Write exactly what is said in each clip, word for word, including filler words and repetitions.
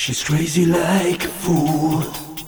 She's crazy like a fool.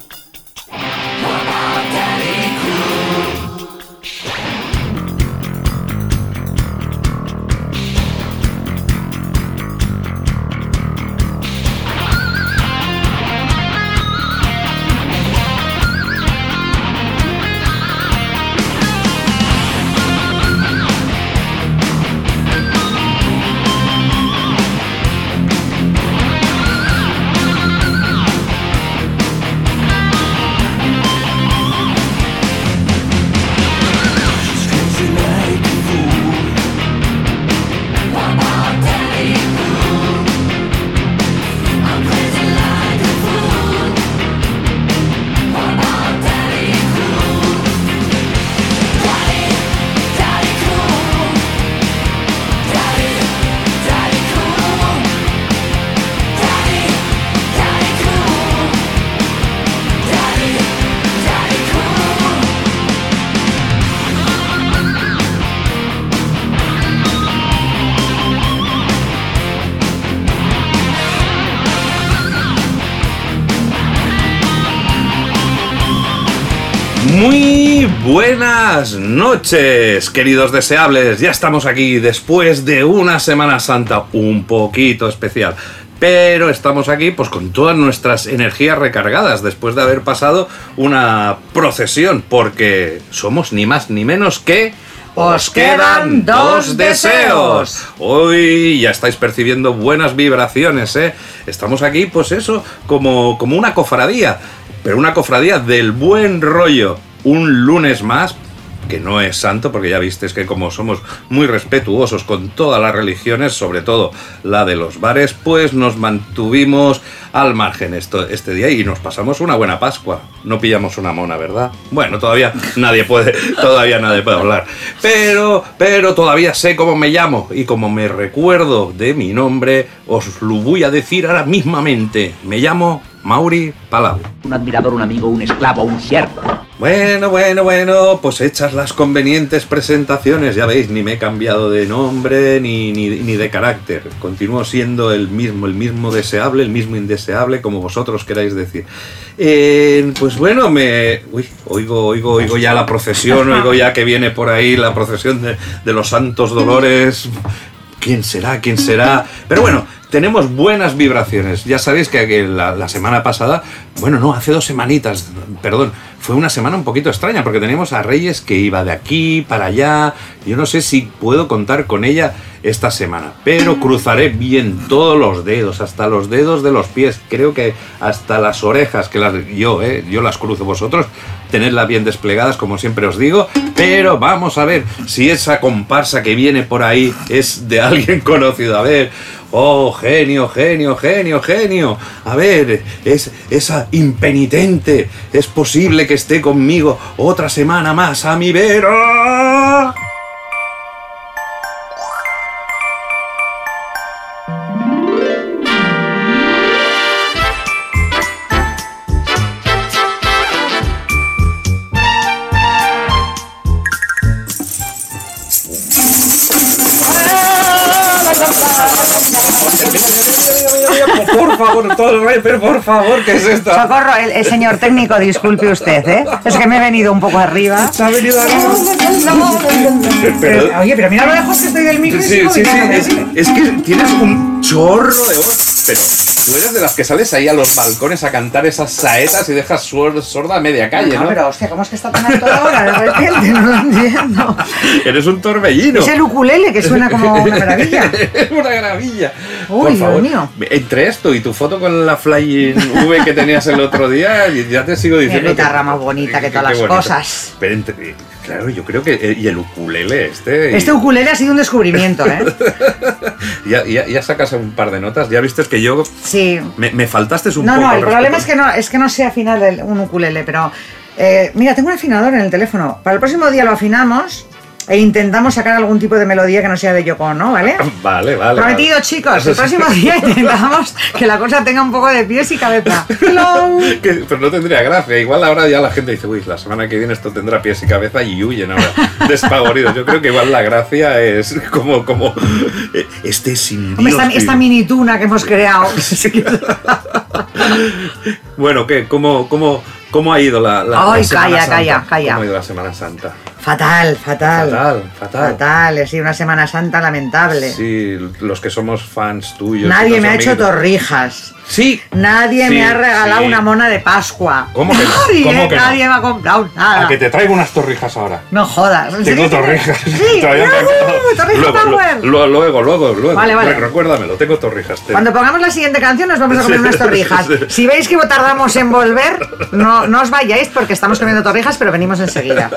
Muy buenas noches, queridos deseables. Ya estamos aquí después de una Semana Santa un poquito especial, pero estamos aquí pues con todas nuestras energías recargadas después de haber pasado una procesión, porque somos ni más ni menos que... ¡Os quedan dos deseos! Hoy ya estáis percibiendo buenas vibraciones, ¿eh? Estamos aquí, pues eso, como, como una cofradía, pero una cofradía del buen rollo. Un lunes más, que no es santo, porque ya visteis que como somos muy respetuosos con todas las religiones, sobre todo la de los bares, pues nos mantuvimos al margen esto, este día y nos pasamos una buena Pascua. No pillamos una mona, ¿verdad? Bueno, todavía nadie puede, todavía nadie puede hablar. Pero, pero todavía sé cómo me llamo y como me recuerdo de mi nombre, os lo voy a decir ahora mismamente. Me llamo Mauri Palau. Un admirador, un amigo, un esclavo, un siervo. Bueno, bueno, bueno, pues hechas las convenientes presentaciones, ya veis, ni me he cambiado de nombre ni, ni, ni de carácter. Continúo siendo el mismo, el mismo deseable, el mismo indeseable, como vosotros queráis decir. Eh, pues bueno, me... Uy, oigo, oigo, oigo ya la procesión, oigo ya que viene por ahí la procesión de, de los Santos Dolores. ¿Quién será? ¿Quién será? Pero bueno, tenemos buenas vibraciones. Ya sabéis que, que la, la semana pasada, bueno, no, hace dos semanitas, perdón, fue una semana un poquito extraña porque teníamos a Reyes que iba de aquí para allá. Yo no sé si puedo contar con ella esta semana, pero cruzaré bien todos los dedos, hasta los dedos de los pies, creo que hasta las orejas, que las, yo, eh, yo las cruzo, vosotros tenedlas bien desplegadas, como siempre os digo, pero vamos a ver si esa comparsa que viene por ahí es de alguien conocido. A ver, oh, genio, genio, genio, genio, a ver, es esa impenitente, es posible que esté conmigo otra semana más a mi vera. Por favor, todo el rey, pero por favor, ¿qué es esto? Socorro, el, el señor técnico, disculpe usted, ¿eh? Es que me he venido un poco arriba. ¿Se ha venido arriba? Pero, pero, oye, pero mira lo lejos que estoy del micro. Sí, sí, sí, es, es que tienes un chorro de voz, pero tú eres de las que sales ahí a los balcones a cantar esas saetas y dejas sorda a media calle, ¿no? No, pero hostia, ¿cómo es que está tan alto ahora de repente? No lo entiendo. Eres un torbellino. Es el ukulele que suena como una maravilla. Es una maravilla. Uy, Dios mío. Entre esto y tu foto con la Flying V que tenías el otro día, ya te sigo diciendo... Mi guitarra más bonita que todas las cosas. Pero entre, claro, yo creo que... Y el ukulele este... Este y... ukulele ha sido un descubrimiento, ¿eh? ya, ya, ya sacas un par de notas, ya viste que yo... Sí. Me, me faltaste un no, poco... No, no, el respeto. problema es que no, es que no sé afinar el, un ukulele, pero... Eh, mira, tengo un afinador en el teléfono. Para el próximo día lo afinamos e intentamos sacar algún tipo de melodía que no sea de Yoko Ono, ¿vale? Vale, vale. Prometido, vale. chicos, el próximo día intentamos que la cosa tenga un poco de pies y cabeza. Hello. Que, pero no tendría gracia. Igual ahora ya la gente dice, uy, la semana que viene esto tendrá pies y cabeza y huyen ahora despavoridos. Yo creo que igual la gracia es como, como este sin Hombre, esta, esta mini tuna que hemos creado. Bueno, ¿qué? ¿Cómo, cómo, cómo ha ido la, la, Ay, la Semana calla, Santa? calla, calla. ¿Cómo ha ido la Semana Santa? Fatal, fatal. Fatal, fatal. Fatal, sí, una Semana Santa lamentable. Sí, los que somos fans tuyos. Nadie y me ha los hecho amigos- torrijas. Sí. Nadie Sí, me ha regalado sí. una mona de Pascua. ¿Cómo que no? Nadie, ¿Cómo que no? nadie me ha comprado nada. A que te traigo unas torrijas ahora. No jodas. ¿en Tengo serio tienes? torrijas. Sí, Todavía me han ¡yujú! quedado. Torrija luego, Power. lo- luego, luego, luego. Vale, vale. Re- Recuérdamelo, tengo torrijas. te- Cuando pongamos la siguiente canción nos vamos a comer Sí. unas torrijas. Sí. Si veis que tardamos en volver, no, no os vayáis porque estamos comiendo torrijas, pero venimos enseguida.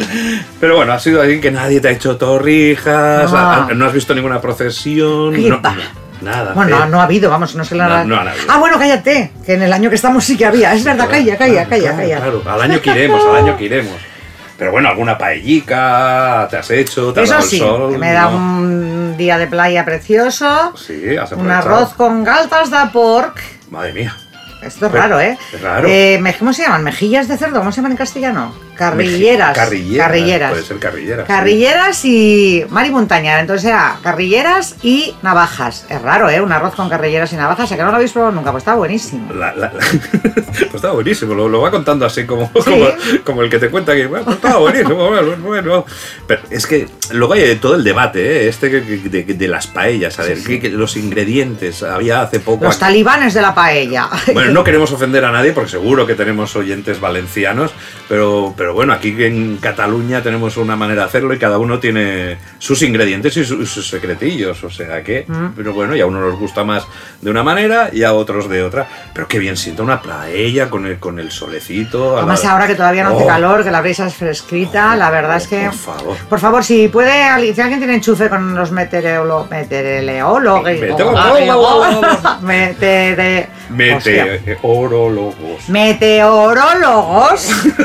Pero bueno, ha sido alguien que nadie te ha hecho torrijas, No. a- a- no has visto ninguna procesión. ¿Qué no, va? Nada. Bueno, no, eh. no ha habido, vamos, no sé la... No, no ha habido. Ah, bueno, cállate, que en el año que estamos sí que había. Es verdad, calla, calla, calla, Claro, calla. Claro, al año que iremos, al año que iremos. Pero bueno, alguna paellica te has hecho, te has Eso dado el sí, sol. me da ¿no? un día de playa precioso, Sí, has un aprovechado. arroz con galtas de porc. Madre mía. Esto es Pero- raro, ¿eh? es raro. Eh, me- ¿Cómo se llaman? ¿Mejillas de cerdo? ¿Cómo se llaman en castellano? Carrilleras. Carrilleras. Carrilleras. Puede ser carrilleras. sí. Carrilleras y mar y montaña. Entonces era carrilleras y navajas. Es raro, ¿eh? Un arroz con carrilleras y navajas. ¿A que no lo habéis probado nunca? Pues está buenísimo. La- la- la- pues estaba buenísimo, lo, lo va contando así como, como, como el que te cuenta que bueno, pues estaba buenísimo, bueno, bueno. Pero es que luego hay todo el debate, ¿eh? este que- que- de, de las paellas, a ver, que- que los ingredientes, había hace poco... Los aquí- talibanes de la paella. Bueno, no queremos ofender a nadie porque seguro que tenemos oyentes valencianos, pero, pero bueno, aquí en Cataluña tenemos una manera de hacerlo y cada uno tiene sus ingredientes y su- sus secretillos, o sea que, Mm. pero bueno, y a uno nos gusta más de una manera y a otros de otra, pero qué bien sienta una paella con el, con el solecito. a Además la- ahora que todavía no hace Oh, calor, que la brisa es fresquita, la verdad es que... Por favor. Por favor, si puede, ali- si alguien tiene enchufe con los meteorólogos, meteorólogos, Meteorólogos. metere, hostia. Meteorólogos. meteorólogos,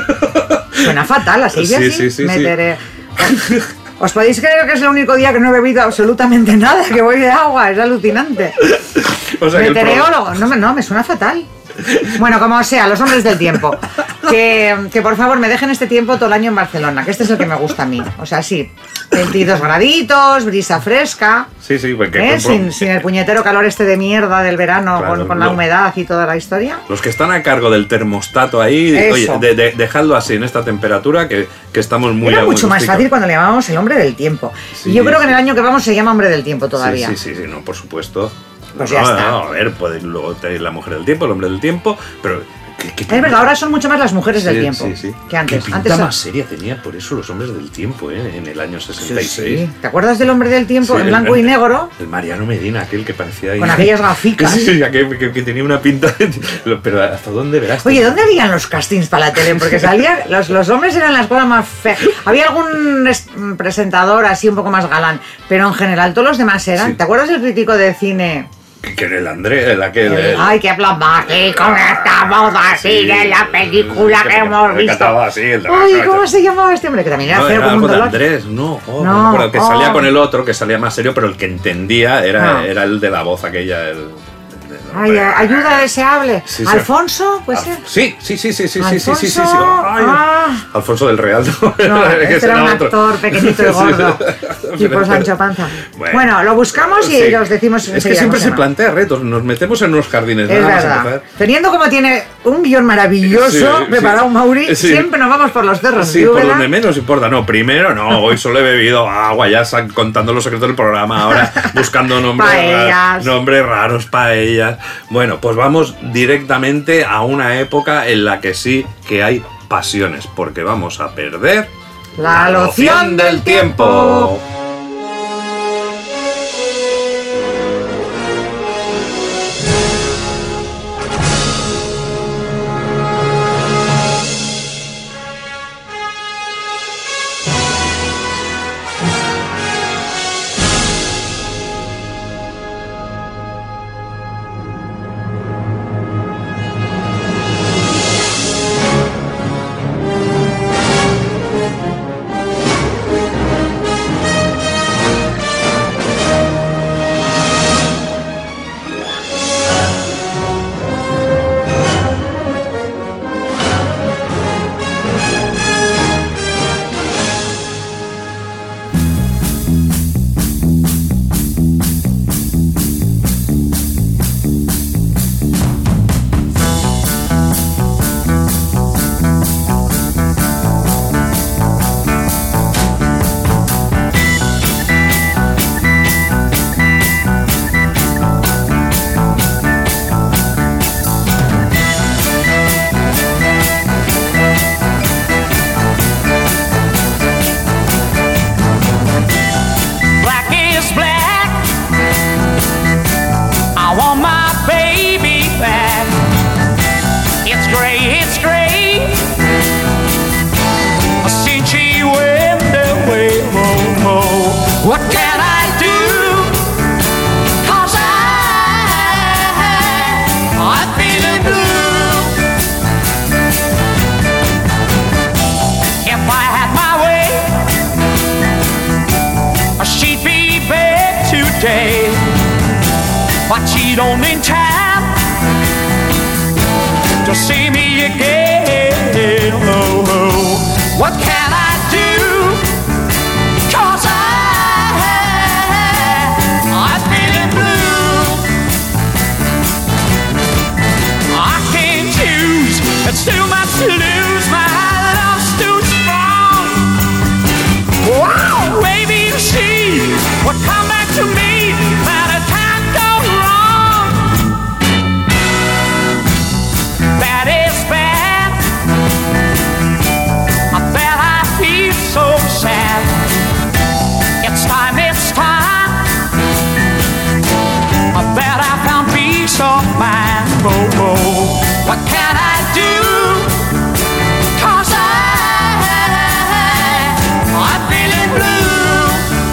suena fatal, así Sí, así. sí, sí, sí. Metere- ¿Os podéis creer que es el único día que no he bebido absolutamente nada, que voy de agua? Es alucinante. O sea que el pro- Meteorólogo, no, me- no, me suena fatal. Bueno, como sea, los hombres del tiempo. Que, que por favor me dejen este tiempo todo el año en Barcelona, que este es el que me gusta a mí. O sea, sí, veintidós graditos, brisa fresca, Sí, sí, porque ¿eh? compro- sin, sin el puñetero calor este de mierda del verano, Claro, con, con la lo- humedad y toda la historia. Los que están a cargo del termostato ahí, Eso. oye, de- de- dejadlo así en esta temperatura que, que estamos muy Era muy mucho más gustitos. fácil cuando le llamábamos el hombre del tiempo. Sí, y yo creo que sí. en el año que vamos se llama hombre del tiempo todavía. Sí, sí, sí, sí, no, por supuesto. Pues no, ya no, está. no, a ver, puede luego tener la mujer del tiempo, el hombre del tiempo, pero... ¿qué- qué- Es verdad, ahora son mucho más las mujeres del Sí, tiempo sí, sí. que antes. Qué pinta antes más seria tenía por eso los hombres del tiempo, ¿eh? En el año sesenta y seis. Sí. ¿Te acuerdas del hombre del tiempo Sí, en el- blanco y el- negro? El Mariano Medina, aquel que parecía ahí. Con aquellas gaficas. Sí, aquel que, que tenía una pinta. de- Pero ¿hasta dónde verás? Oye, ¿dónde habían los castings para la tele? Porque salía, los, los hombres eran las cosas más feas. Había algún es- presentador así un poco más galán, pero en general todos los demás eran. Sí. ¿Te acuerdas del crítico de cine? Que, que era el André, el aquel. el- Ay, qué plasmático estamos así de la película que hemos que visto. cantaba así, el de- Ay, ¿cómo se llamaba este hombre? Que también era No, feo era como un algo de dolor. Andrés, no, oh, No, no me acuerdo, que oh. salía con el otro, que salía más serio, pero el que entendía era, Ah. era el de la voz aquella. El, el- Ay, ayuda deseable. Sí, sí. ¿Alfonso? Puede Alf- ser. Sí, sí, sí, sí, sí, sí, sí, sí, sí, sí. Alfonso, Ay, ah. Alfonso del Real. No, Que este era será un otro. actor pequeñito y Sí. gordo, tipo Pero- Sancho Panza. Bueno. Bueno, lo buscamos y Sí. os decimos Es que enseguida siempre cómo se llama. plantea retos, nos metemos en unos jardines. Es nada más verdad. empezar. Teniendo como tiene un guión maravilloso Sí, preparado sí. Mauri, Sí. siempre nos vamos por los cerros Sí, de por Úbeda. donde menos importa. No, primero no, hoy solo he bebido agua, ya están contando los secretos del programa, ahora buscando nombres, Paellas. raros, nombres raros, paellas. Bueno, pues vamos directamente a una época en la que sí que hay pasiones, porque vamos a perder La loción del tiempo. I cheat only in time to see me again. Oh, oh. What can I do? 'Cause I, I'm feeling blue. I can't choose, it's too much to lose. My love's too strong. Wow, maybe you see what come back to me, but it can't go wrong. That is bad. I bet I feel so sad. It's time, it's time. I bet I found peace of mind. Oh, oh. What can I do? 'Cause I, I'm feeling blue.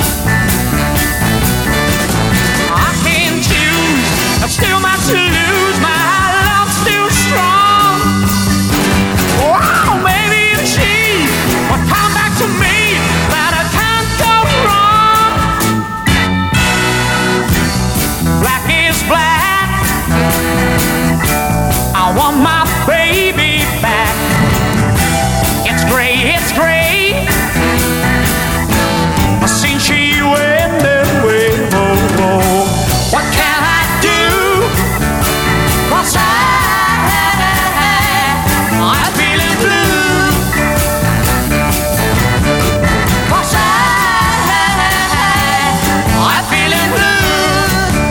I can't choose, I've still much to lose. My love's still strong. Wow, maybe it's she will come back to me, but I can't go wrong. Black is black. I want my baby back. It's gray, it's gray. I seen she went away. Oh, oh. What can I do? 'Cause I, I'm feeling blue. 'Cause I, I'm feeling blue.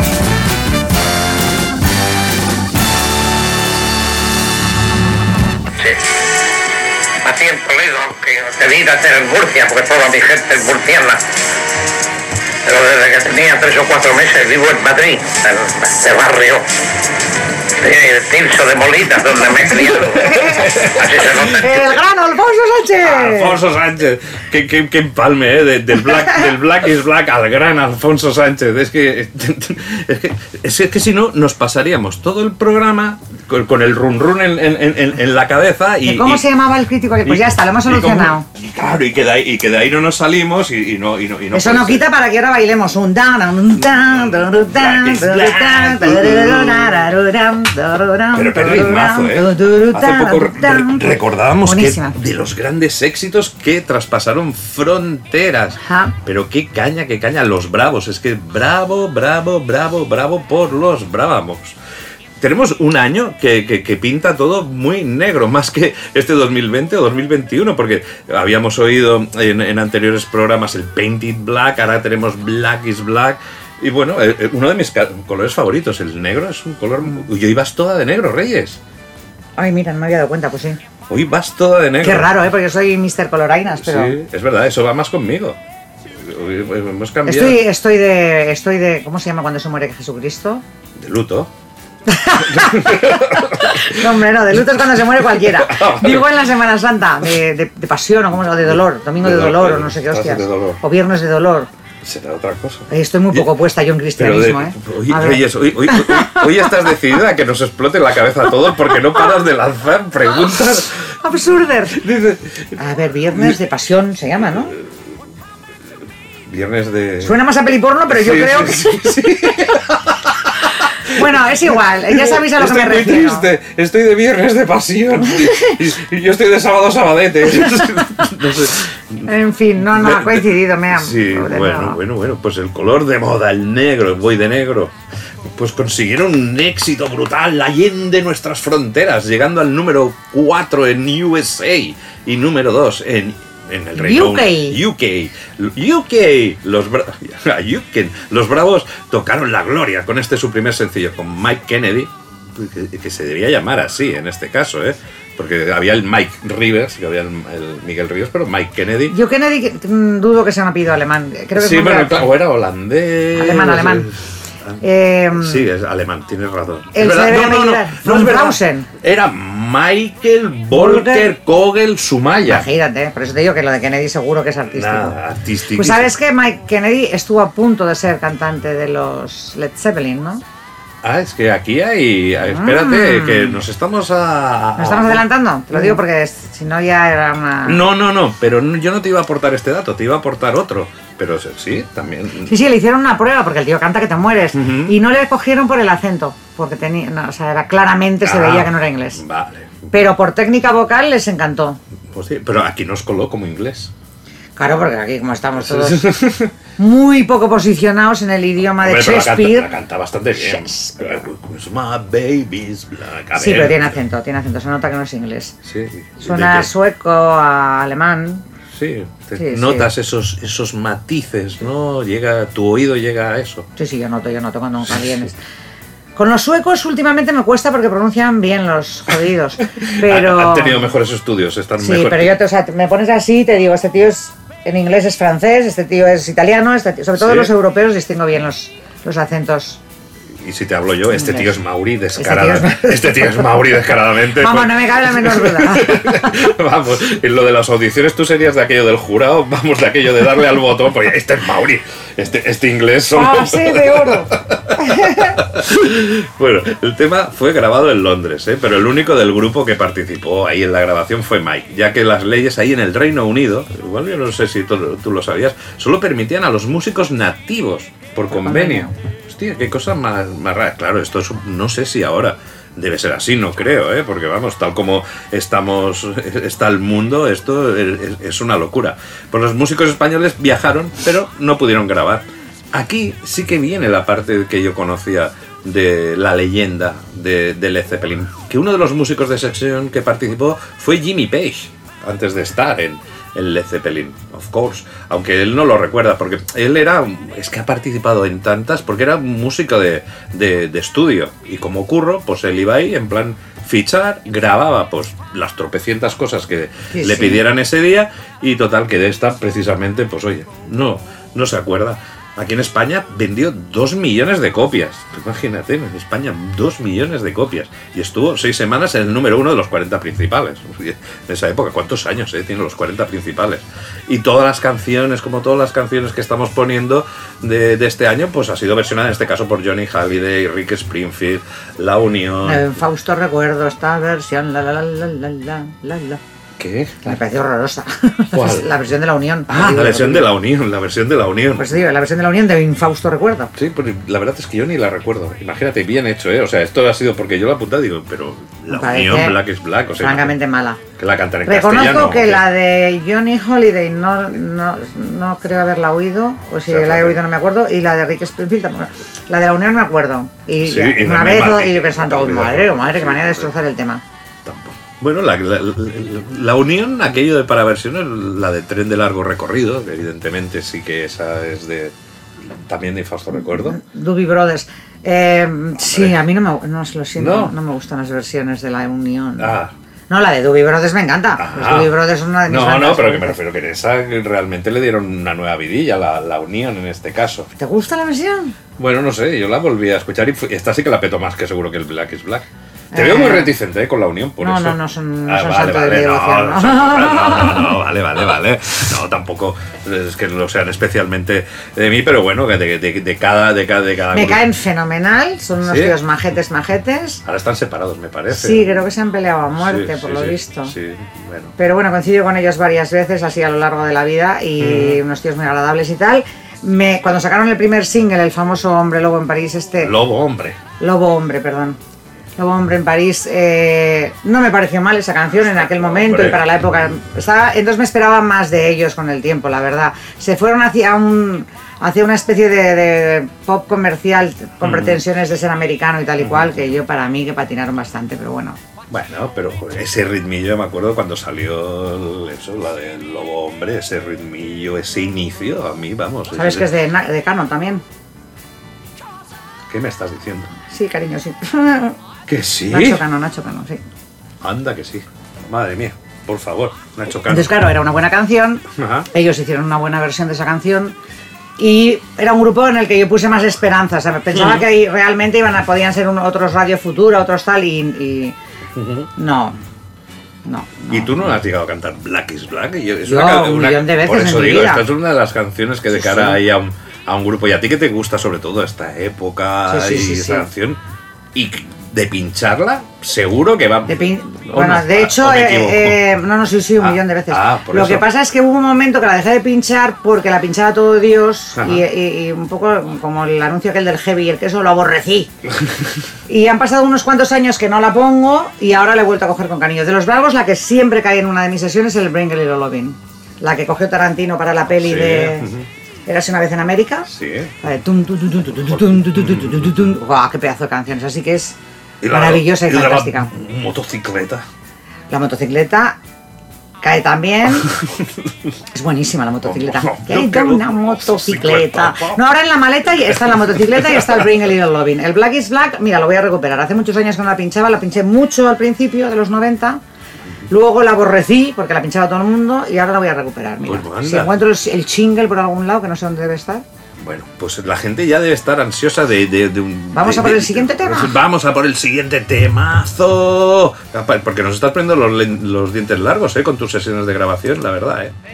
Nací en Toledo, aunque debí nacer en Murcia, porque toda mi gente es murciana. Pero desde que tenía tres o cuatro meses vivo en Madrid, en este barrio de Tirso de Molina, donde me he criado. Así se nota. ¡El gran Alfonso Sánchez! Alfonso Sánchez, qué, qué, qué empalme, ¿eh? De- del, black, del Black is Black al gran Alfonso Sánchez. Es que, es que, es que si no, nos pasaríamos todo el programa con, con el run run en, en, en, en la cabeza. Y, ¿Y cómo y- se llamaba el crítico? Pues y- ya está, lo hemos y como- solucionado. Y claro, y que, de ahí, y que de ahí no nos salimos y, y no, y no, y no Eso puede no ser. quita para que ahora bailemos un down, un down, down, down, down, Pero qué ritmazo, ¿eh? Hace poco re- recordábamos que Buenísima. de los grandes éxitos que traspasaron fronteras. Ajá. Pero qué caña, qué caña, los bravos. Es que bravo, bravo, bravo, bravo por los bravos. Tenemos un año que, que, que pinta todo muy negro, más que este dos mil veinte o dos mil veintiuno, porque habíamos oído en, en anteriores programas el Painted Black, ahora tenemos Black is Black. Y bueno, eh, eh, uno de mis ca- colores favoritos, el negro, es un color... Y hoy vas toda de negro, Reyes. Ay, mira, no me había dado cuenta, pues sí. Hoy vas toda de negro. Qué raro, ¿eh? Porque yo soy mister Colorainas, pero... Sí, es verdad, eso va más conmigo. Hoy hemos cambiado Estoy, estoy de... Estoy de... ¿Cómo se llama cuando se muere Jesucristo? de luto. No, hombre, no, de luto es cuando se muere cualquiera. Digo en la Semana Santa, de, de, de pasión o como o de dolor, domingo de, De dolor dolor, o no sé qué estás hostias. de dolor. O viernes de dolor. Será otra cosa. Eh, Estoy muy poco puesta yo en Pero de- cristianismo, ¿eh? Hoy, A ver. Reyes, hoy, hoy- hoy- hoy estás decidida a que nos explote la cabeza a todos porque no paras de lanzar preguntas. Absurder. Dice, A ver, viernes de pasión se llama, ¿no? viernes de... Suena más a peliporno, pero yo Sí, creo sí, que... sí, sí. Bueno, es igual, ya sabéis a lo que Estoy me muy refiero. triste, estoy de viernes de pasión y, y yo estoy de sábado sabadete. No sé. En fin, no, no ha coincidido, me ha... Sí, Pobre, bueno, no. bueno, bueno, pues el color de moda, el negro, voy de negro. Pues consiguieron un éxito brutal allende nuestras fronteras, llegando al número cuatro en U S A y número dos en, en el Reino U K. Unido. U K. U K. Los, bra- U K. Los Bravos tocaron la gloria con este su primer sencillo, con Mike Kennedy, que, que se debería llamar así en este caso, ¿eh? Porque había el Mike Rivers, que había el, el Miguel Ríos, pero Mike Kennedy. Yo Kennedy que- mm, dudo que sea un apellido alemán. Creo que es Sí, nombre bueno, de- o era holandés. Alemán, alemán. Ah, Eh, Sí, es alemán, tienes razón. él Es se verdad, debe no, no, no, apellidar no es verdad. Brausen. Era Michael Volker Kogel Sumaya. Imagínate, por eso te digo que lo de Kennedy seguro que es artístico. Nada, artístico. Pues sabes que Mike Kennedy estuvo a punto de ser cantante de los Led Zeppelin, ¿no? Ah, es que aquí hay... Espérate, que nos estamos a... ¿Nos estamos adelantando? Te lo digo porque es- si no ya era una... No, no, no, pero no- yo no te iba a aportar este dato, te iba a aportar otro. pero sí, también. Sí, sí, le hicieron una prueba porque el tío canta que te mueres. Ujú. Y no le cogieron por el acento, porque tenía, no, o sea, era, claramente se Ah, veía que no era inglés. Vale. Pero por técnica vocal les encantó. Pues sí, pero aquí nos coló como inglés. Claro, porque aquí como estamos todos muy poco posicionados en el idioma de Hombre, pero la canta, Shakespeare. la canta bastante bien. Shakespeare. My baby's black. A Sí, ver. pero tiene acento, tiene acento, se nota que no es inglés. Sí. Suena a ¿De qué? sueco, a alemán. Sí, te Sí, notas sí. esos esos matices, ¿no? Llega, tu oído llega a eso. Sí, sí, yo noto, yo noto cuando vienes. Con los suecos últimamente me cuesta porque pronuncian bien los jodidos, pero... Han, han tenido mejores estudios, están Sí, mejor. pero yo te, o sea, me pones así y te digo, este tío es en inglés es francés, este tío es italiano, este tío- sobre todo Sí. los europeos distingo bien los, los acentos. Y si te hablo yo, este tío es Mauri descaradamente. Este tío es- Este tío es Mauri descaradamente. Vamos, pues- no me cabe la menor duda. Vamos, en lo de las audiciones tú serías de aquello del jurado, vamos, de aquello de darle al botón, pues este es Mauri, este, este inglés son... Ah, sí, de oro. Bueno, el tema fue grabado en Londres, ¿eh? Pero el único del grupo que participó ahí en la grabación fue Mike, ya que las leyes ahí en el Reino Unido, igual yo no sé si tú, tú lo sabías, solo permitían a los músicos nativos por convenio. Hostia, qué cosa más, más rara. Claro, esto es, un- no sé si ahora debe ser así, no creo, ¿eh? Porque vamos, tal como estamos, está el mundo, esto es, es una locura. Pues los músicos españoles viajaron, pero no pudieron grabar. Aquí sí que viene la parte que yo conocía de la leyenda de, de Led Zeppelin, que uno de los músicos de sección que participó fue Jimmy Page, antes de estar en, en Led Zeppelin, of course, aunque él no lo recuerda, porque él era, es que ha participado en tantas, porque era un músico de, de, de estudio, y como curro, pues él iba ahí en plan fichar, grababa pues las tropecientas cosas que Sí, le sí. pidieran ese día, y total que de esta precisamente, pues oye, no, no se acuerda. Aquí en España vendió dos millones de copias. Imagínate, en España dos millones de copias. Y estuvo seis semanas en el número uno de los cuarenta principales. En esa época, ¿cuántos años eh? Tiene los cuarenta principales? Y todas las canciones, como todas las canciones que estamos poniendo de, de este año, pues ha sido versionada en este caso por Johnny Halliday, Rick Springfield, La Unión... En Fausto recuerdo esta versión, la la la la la la la la. ¿Qué? Me pareció horrorosa. ¿Cuál? La versión de la Unión. Ah, Digo, la versión de La Unión, la versión de La Unión. Pues digo, la versión de la Unión de Infausto recuerdo. Sí, pues la verdad es que yo ni la recuerdo. Imagínate, bien hecho, ¿eh? O sea, esto ha sido porque yo lo he apuntado y digo, pero La Parece Unión, Black is Black, o sea, francamente mala. que la cantan en Reconozco castellano. que ¿o qué? la de Johnny Holiday no, no, no creo haberla oído, o si O sea, la he fue- oído no me acuerdo, y la de Rick Springfield tampoco. La de la Unión me acuerdo. Y Sí, ya, y no una me vez mal- y pensando, no oh, me madre, mal- oh, madre, qué manera de destrozar el tema. Tampoco. Bueno, la, la, la- la Unión, aquello de para versiones, la de Tren de Largo Recorrido, que evidentemente sí que esa es de también de Infausto Recuerdo. Doobie Brothers. Eh, sí, a mí no me, no, lo siento, No. no. me gustan las versiones de la Unión. Ah. No, la de Doobie Brothers me encanta. Ajá. Los Doobie Brothers son una de mis No, bandas no, pero que me favoritas. refiero que en esa realmente le dieron una nueva vidilla, la, la Unión en este caso. ¿Te gusta la versión? Bueno, no sé, yo la volví a escuchar y fue- esta sí que la peto más que seguro que el Black is Black. Te Eh, veo muy reticente eh, con la Unión, por no, eso. no, no son- no Ah, son vale, santo de vale, mi no, devoción, no, ¿no? son- no, no, no, vale, vale, vale. No, tampoco es que lo sean especialmente de mí, pero bueno, que de, de, de cada, de cada, de cada Me grupo. caen fenomenal, son unos ¿Sí? tíos majetes, majetes. Ahora están separados, me parece. Sí, creo que se han peleado a muerte, Sí, por sí, lo sí, visto. Sí, bueno. Pero bueno, coincido con ellos varias veces, así a lo largo de la vida, y unos tíos muy agradables y tal. Me, cuando sacaron el primer single, el famoso Hombre Lobo en París, este... Lobo, hombre. Lobo Hombre, perdón. Lobo Hombre en París, eh, no me pareció mal esa canción en aquel momento Hombre. y para la época. Estaba, entonces me esperaba más de ellos con el tiempo, la verdad. Se fueron hacia un hacia una especie de, de pop comercial con pretensiones de ser americano y tal y cual, que yo para mí que patinaron bastante, pero bueno. Bueno, pero joder, ese ritmillo, me acuerdo cuando salió el- eso, la del Lobo Hombre, ese ritmillo, ese inicio, a mí, vamos. ¿Sabes ese- que es de, Na- de Canon también? ¿Qué me estás diciendo? Sí, cariño, sí. ¿Que sí? Nacho Cano, Nacho Cano, sí. Anda que sí. Madre mía, por favor, Nacho Cano. Entonces, claro, era una buena canción. Ajá. Ellos hicieron una buena versión de esa canción. Y era un grupo en el que yo puse más esperanza. O sea, pensaba que ahí realmente iban a, podían ser un- otros Radio Futura, otros tal, y. y- no. No. no. ¿Y tú no has llegado a cantar Black is Black? Y es Yo, una ca- un una- millón de veces Por eso en mi digo, vida. esta es una de las canciones que de Sí, cara sí. ahí a un, a un grupo. Y a ti que te gusta sobre todo esta época Sí, sí, y sí, esta sí. canción. Y de pincharla, seguro que va... De pin... ¿O Bueno, no? de hecho, ¿O me eh, equivoco? eh, no, no, sí, sí, un Ah, millón de veces. ah, por Lo eso. que pasa es que hubo un momento que la dejé de pinchar porque la pinchaba todo Dios y, y- y un poco como el anuncio aquel del heavy y el queso, lo aborrecí. Y han pasado unos cuantos años que no la pongo y ahora la he vuelto a coger con cariño. De los Bravos, la que siempre cae en una de mis sesiones es el Bring a Little Lovin'. La que cogió Tarantino para la peli Sí, de... ujú. Érase una vez en América. Sí. La de tum, tum, tum, tum, tum, tum, tum, tum, tum, tum, tum, tum. ¡Guau, qué pedazo de canciones! Así que es Y la- maravillosa y, y la fantástica. motocicleta. La motocicleta cae también. Es buenísima la motocicleta. Que hay Yo una quiero motocicleta. motocicleta. No, ahora en la maleta y está la motocicleta y está el Bring a Little Lovin'. El Black is Black, mira, lo voy a recuperar. Hace muchos años que no la pinchaba, la pinché mucho al principio de los noventa. Luego la aborrecí porque la pinchaba todo el mundo y ahora la voy a recuperar. Mira, Pues anda. si encuentro el, el jingle por algún lado, que no sé dónde debe estar. Bueno, pues la gente ya debe estar ansiosa de, de, de un... Vamos de- a por de- el siguiente tema. Vamos a por el siguiente temazo. Porque nos estás poniendo los, len- los dientes largos, ¿eh? Con tus sesiones de grabación, la verdad, ¿eh?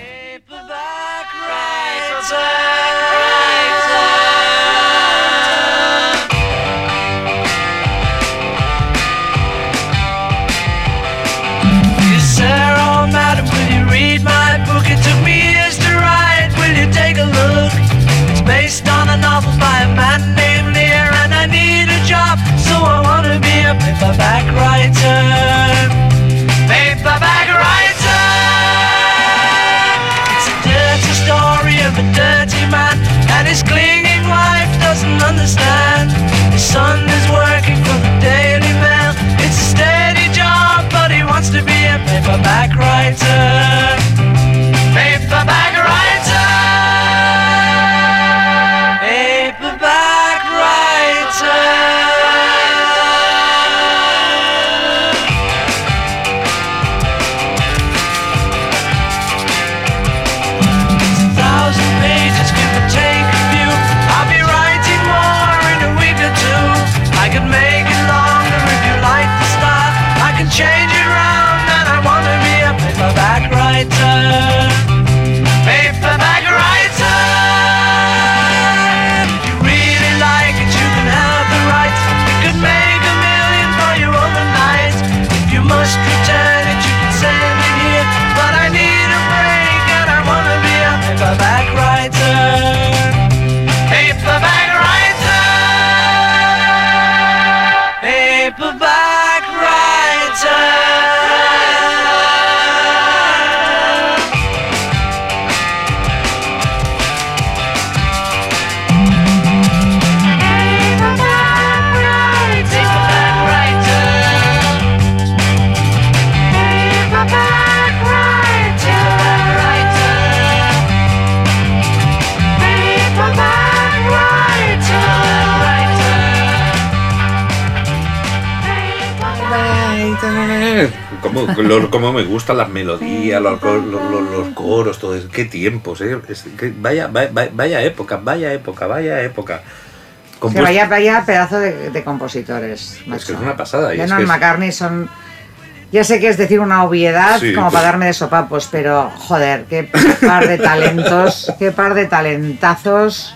Sarah, madam, will you read my book? It took me years to write. Will you take a look? It's based on a novel by a man named Lear, and I need a job, so I want to be a paperback writer. Paperback writer. It's a dirty story of a dirty man, and his clinging wife doesn't understand. His son is working for the Daily Mail. It's a steady job, but he wants to be a paperback writer. Paperback writer. Paperback writer. It's a thousand pages, give or take a few. I'll be writing more in a week or two. I can make it longer if you like the style. I can change it round, and I wanna be a paperback writer. Paperback writer. If you really like it, you can have the rights. It could make a million for you overnight. If you must return it, you can send it here. But I need a break, and I wanna be a paperback writer. Paperback writer. Paperback writer. Como, lo- como me gustan las melodías, los, los, los- los coros, todo eso. Qué tiempos, ¿eh? Es que vaya, vaya, vaya época, vaya época, vaya época. Que Compuesto- vaya, vaya pedazo de, de compositores. Es macho. que es una pasada. Y es Lennon, que es- McCartney son... Ya sé que es decir una obviedad Sí, como pero- para darme de sopapos, pero joder, qué par de talentos, qué par de talentazos.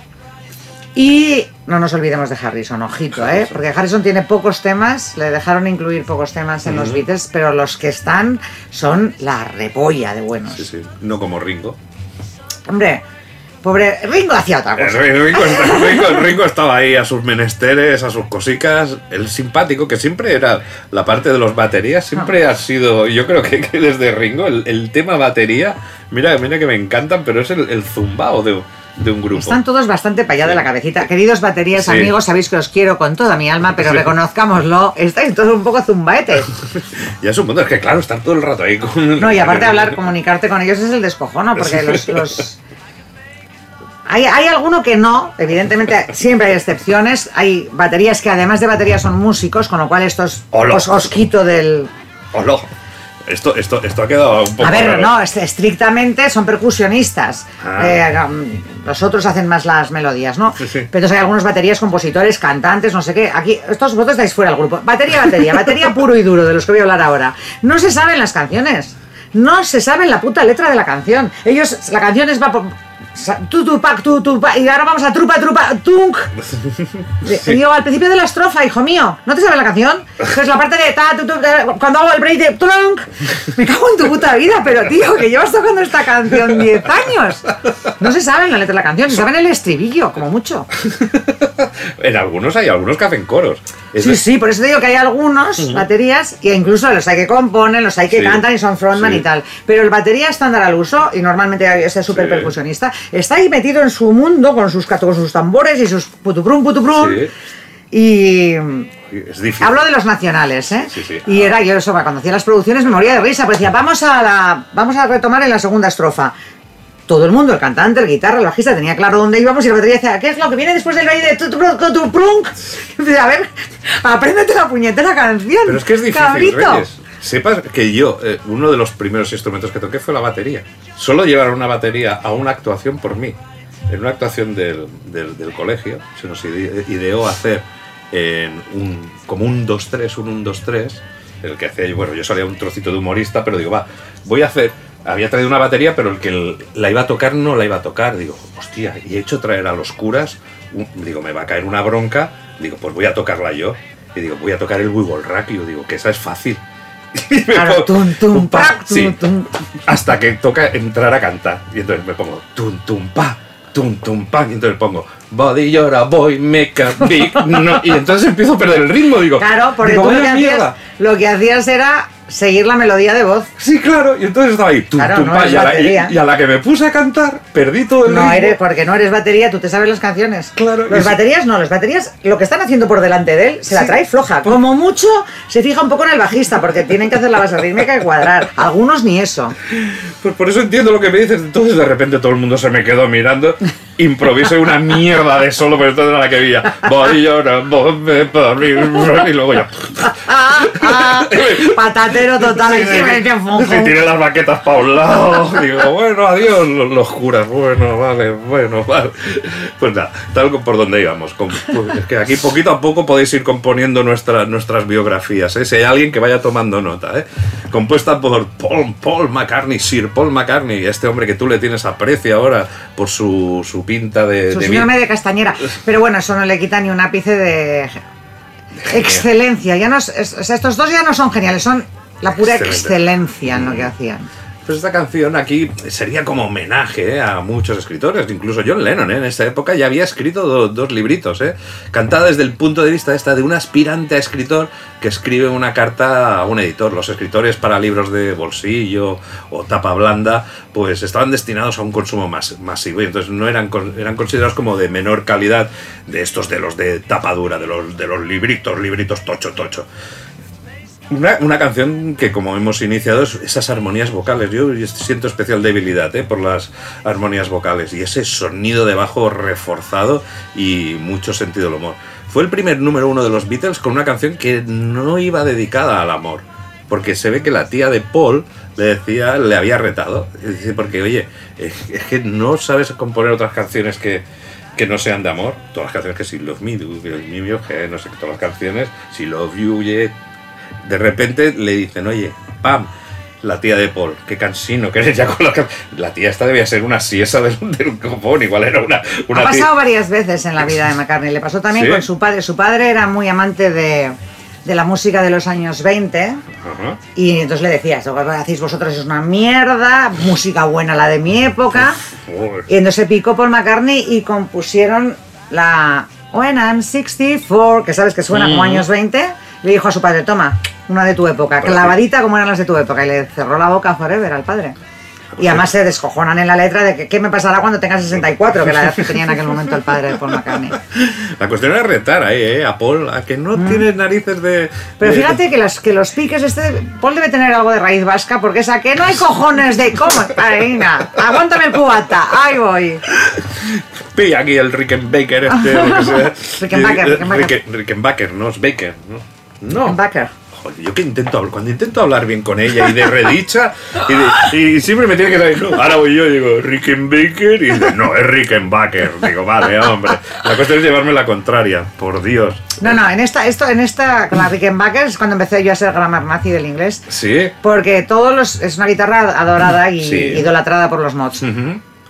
Y no nos olvidemos de Harrison, ojito, ¿eh? Porque Harrison tiene pocos temas, le dejaron incluir pocos temas en los Beatles, pero los que están son la repolla de buenos. Sí, sí. No como Ringo. Hombre, pobre Ringo hacía otra El cosa. Ringo, Ringo- Ringo- Ringo estaba ahí a sus menesteres, a sus cosicas. El simpático, que siempre era la parte de los baterías, siempre ha sido, yo creo que, que desde Ringo, el, el tema batería, mira, mira que me encantan, pero es el, el zumbao de, de un grupo. Están todos bastante para allá de la cabecita. Queridos baterías, Sí. amigos, sabéis que os quiero con toda mi alma, pero Sí. reconozcámoslo, estáis todos un poco zumbaetes. Ya es un punto, es que claro, estar todo el rato ahí con... No, y aparte hablar, comunicarte con ellos es el descojono, porque los... los- Hay, hay alguno que no, evidentemente siempre hay excepciones. Hay baterías que además de baterías son músicos, con lo cual estos Hola. os, os quito del... Hola. Esto, esto, esto ha quedado un poco A ver, raro. no, est- estrictamente son percusionistas. Ah. Eh, um, los otros hacen más las melodías, ¿no? Sí, sí. Pero entonces hay algunos baterías, compositores, cantantes, no sé qué. Aquí, estos vosotros estáis fuera del grupo. Batería, batería, batería puro y duro, de los que voy a hablar ahora. No se saben las canciones. No se saben la puta letra de la canción. Ellos, la canción es va por... Tu, tu, pac, tu, tu, pac, y ahora vamos a trupa, trupa, tunk. Sí. Y digo, al principio de la estrofa, hijo mío, ¿no te sabes la canción? Entonces la parte de ta, tu, tu, cuando hago el break de trunk, me cago en tu puta vida, pero tío, que llevas tocando esta canción diez años. No se saben la letra de la canción, se saben el estribillo, como mucho. En algunos hay algunos que hacen coros. Es Sí, de... sí, por eso te digo que hay algunos uh-huh. baterías, e incluso los hay que componen, los hay que sí, cantan y son frontman sí. y tal. Pero el batería estándar al uso, y normalmente ese super sí. percusionista, está ahí metido en su mundo con sus, con sus tambores y sus putuprum, putuprum. Sí. Y es difícil. Hablo de los nacionales, ¿eh? Sí, sí. Y ah. era yo eso, cuando hacía las producciones me moría de risa, pues decía, vamos a, la, vamos a retomar en la segunda estrofa. Todo el mundo, el cantante, el guitarra, el bajista, tenía claro dónde íbamos y la batería decía, ¿qué es lo que viene después del baile de tu-tu-tu-tu-prunk? A ver, apréndete la puñetera canción. Pero es que es difícil, Reyes. Sepas que yo, eh, uno de los primeros instrumentos que toqué fue la batería. Solo llevaron una batería a una actuación por mí. En una actuación del, del, del colegio se nos ideó hacer en un, como un dos tres, un uno dos tres, en el que hacía yo, bueno, yo salía un trocito de humorista, pero digo, va, voy a hacer... Había traído una batería, pero el que la iba a tocar no la iba a tocar. Digo, hostia, y he hecho traer a los curas. Un, digo, me va a caer una bronca. Digo, pues voy a tocarla yo. Y digo, voy a tocar el Wibolrakio. Digo, que esa es fácil. Y me claro, pongo, tum, tum, pa, pa, sí, tum, tum. Hasta que toca entrar a cantar. Y entonces me pongo, tum, tum, pa, tum, tum, pa. Y entonces pongo, body llora, boy, make a big no. Y entonces empiezo a perder el ritmo. Digo, claro, porque digo, tú lo que, hacías, lo que hacías era... seguir la melodía de voz. Sí, claro, y entonces estaba ahí, tum, claro, tum, no pa, y, a la, y, y a la que me puse a cantar, perdí todo el no ritmo. Eres, porque no eres batería, tú te sabes las canciones. Claro. Los baterías no, los baterías, lo que están haciendo por delante de él, se sí. la trae floja. Como mucho, se fija un poco en el bajista, porque tienen que hacer la base rítmica y cuadrar. Algunos ni eso. Pues por eso entiendo lo que me dices. Entonces de repente todo el mundo se me quedó mirando, improvisé una mierda de solo, pero entonces era la que veía. Y luego ya... Patatero total. Sí, sí, y tiré las baquetas para un lado. Digo, bueno, adiós, los, los curas. Bueno, vale, bueno, vale. Pues nada, tal por donde íbamos. Con, pues, es que aquí poquito a poco podéis ir componiendo nuestra, nuestras biografías, ¿eh? Si hay alguien que vaya tomando nota, ¿eh? Compuesta por Paul, Paul McCartney, Sir Paul McCartney, este hombre que tú le tienes aprecio ahora por su, su pinta de... Su de síndrome de castañera. Pero bueno, eso no le quita ni un ápice de... excelencia. Ya no es, es, o sea, estos dos ya no son geniales, son la pura Excelente. excelencia en lo que hacían. Pues esta canción aquí sería como homenaje, ¿eh? A muchos escritores, incluso John Lennon, ¿eh? En esta época ya había escrito do, dos libritos, ¿eh? Cantada desde el punto de vista esta de un aspirante a escritor que escribe una carta a un editor. Los escritores para libros de bolsillo o tapa blanda pues estaban destinados a un consumo más masivo y entonces no eran, eran considerados como de menor calidad de estos de los de tapa dura, de los, de los libritos, libritos tocho tocho. Una, una canción que, como hemos iniciado, es esas armonías vocales. Yo siento especial debilidad ¿eh? por las armonías vocales y ese sonido de bajo reforzado y mucho sentido del humor. Fue el primer número uno de los Beatles con una canción que no iba dedicada al amor, porque se ve que la tía de Paul le decía, le había retado. Dice, porque, oye, es que no sabes componer otras canciones que... que no sean de amor. Todas las canciones que si Love Me Do, Me Do, que no sé, todas las canciones, si Love You, yeah. De repente le dicen, oye, pam, la tía de Paul, qué cansino que eres ya con la... La tía esta debía ser una siesa del, del copón, igual era una... una ha pasado tía... varias veces en la vida de McCartney, le pasó también ¿Sí? con su padre. Su padre era muy amante de, de la música de los años veinte, uh-huh. y entonces le decía, lo que hacéis vosotros es una mierda, música buena la de mi época, Uf, y entonces se picó Paul McCartney y compusieron la When I'm sixty-four, que sabes que suena uh-huh. como años veinte. Le dijo a su padre, toma, una de tu época, pues clavadita sí. como eran las de tu época, y le cerró la boca forever al padre. Y además se descojonan en la letra de que qué me pasará cuando tenga sesenta y cuatro, que la edad que tenía en aquel momento el padre de Paul McCartney. La cuestión era retar ahí, ¿eh? A Paul, a que no mm. tiene narices de... Pero de... fíjate que, las, que los piques, este Paul debe tener algo de raíz vasca, porque esa que no hay cojones de... ¿Cómo? Venga, aguántame el cubata, ahí voy. Pilla aquí el Rickenbacker este, lo que sea. Rickenbacker, Rickenbacker. Rickenbacker, no es Baker, ¿no? No. Rickenbacker. Joder, yo que intento hablar, cuando intento hablar bien con ella y de redicha, y, de, y siempre me tiene que salir, no, ahora voy yo y digo, Rickenbacker, y dice, no, es Rickenbacker. Digo, vale, hombre. La cuestión es llevarme la contraria, por Dios. No, no, en esta, esto, en esta, con la Rickenbacker es cuando empecé yo a ser grammar nazi del inglés. Sí. Porque todos los, es una guitarra adorada y sí. idolatrada por los mods. Uh-huh.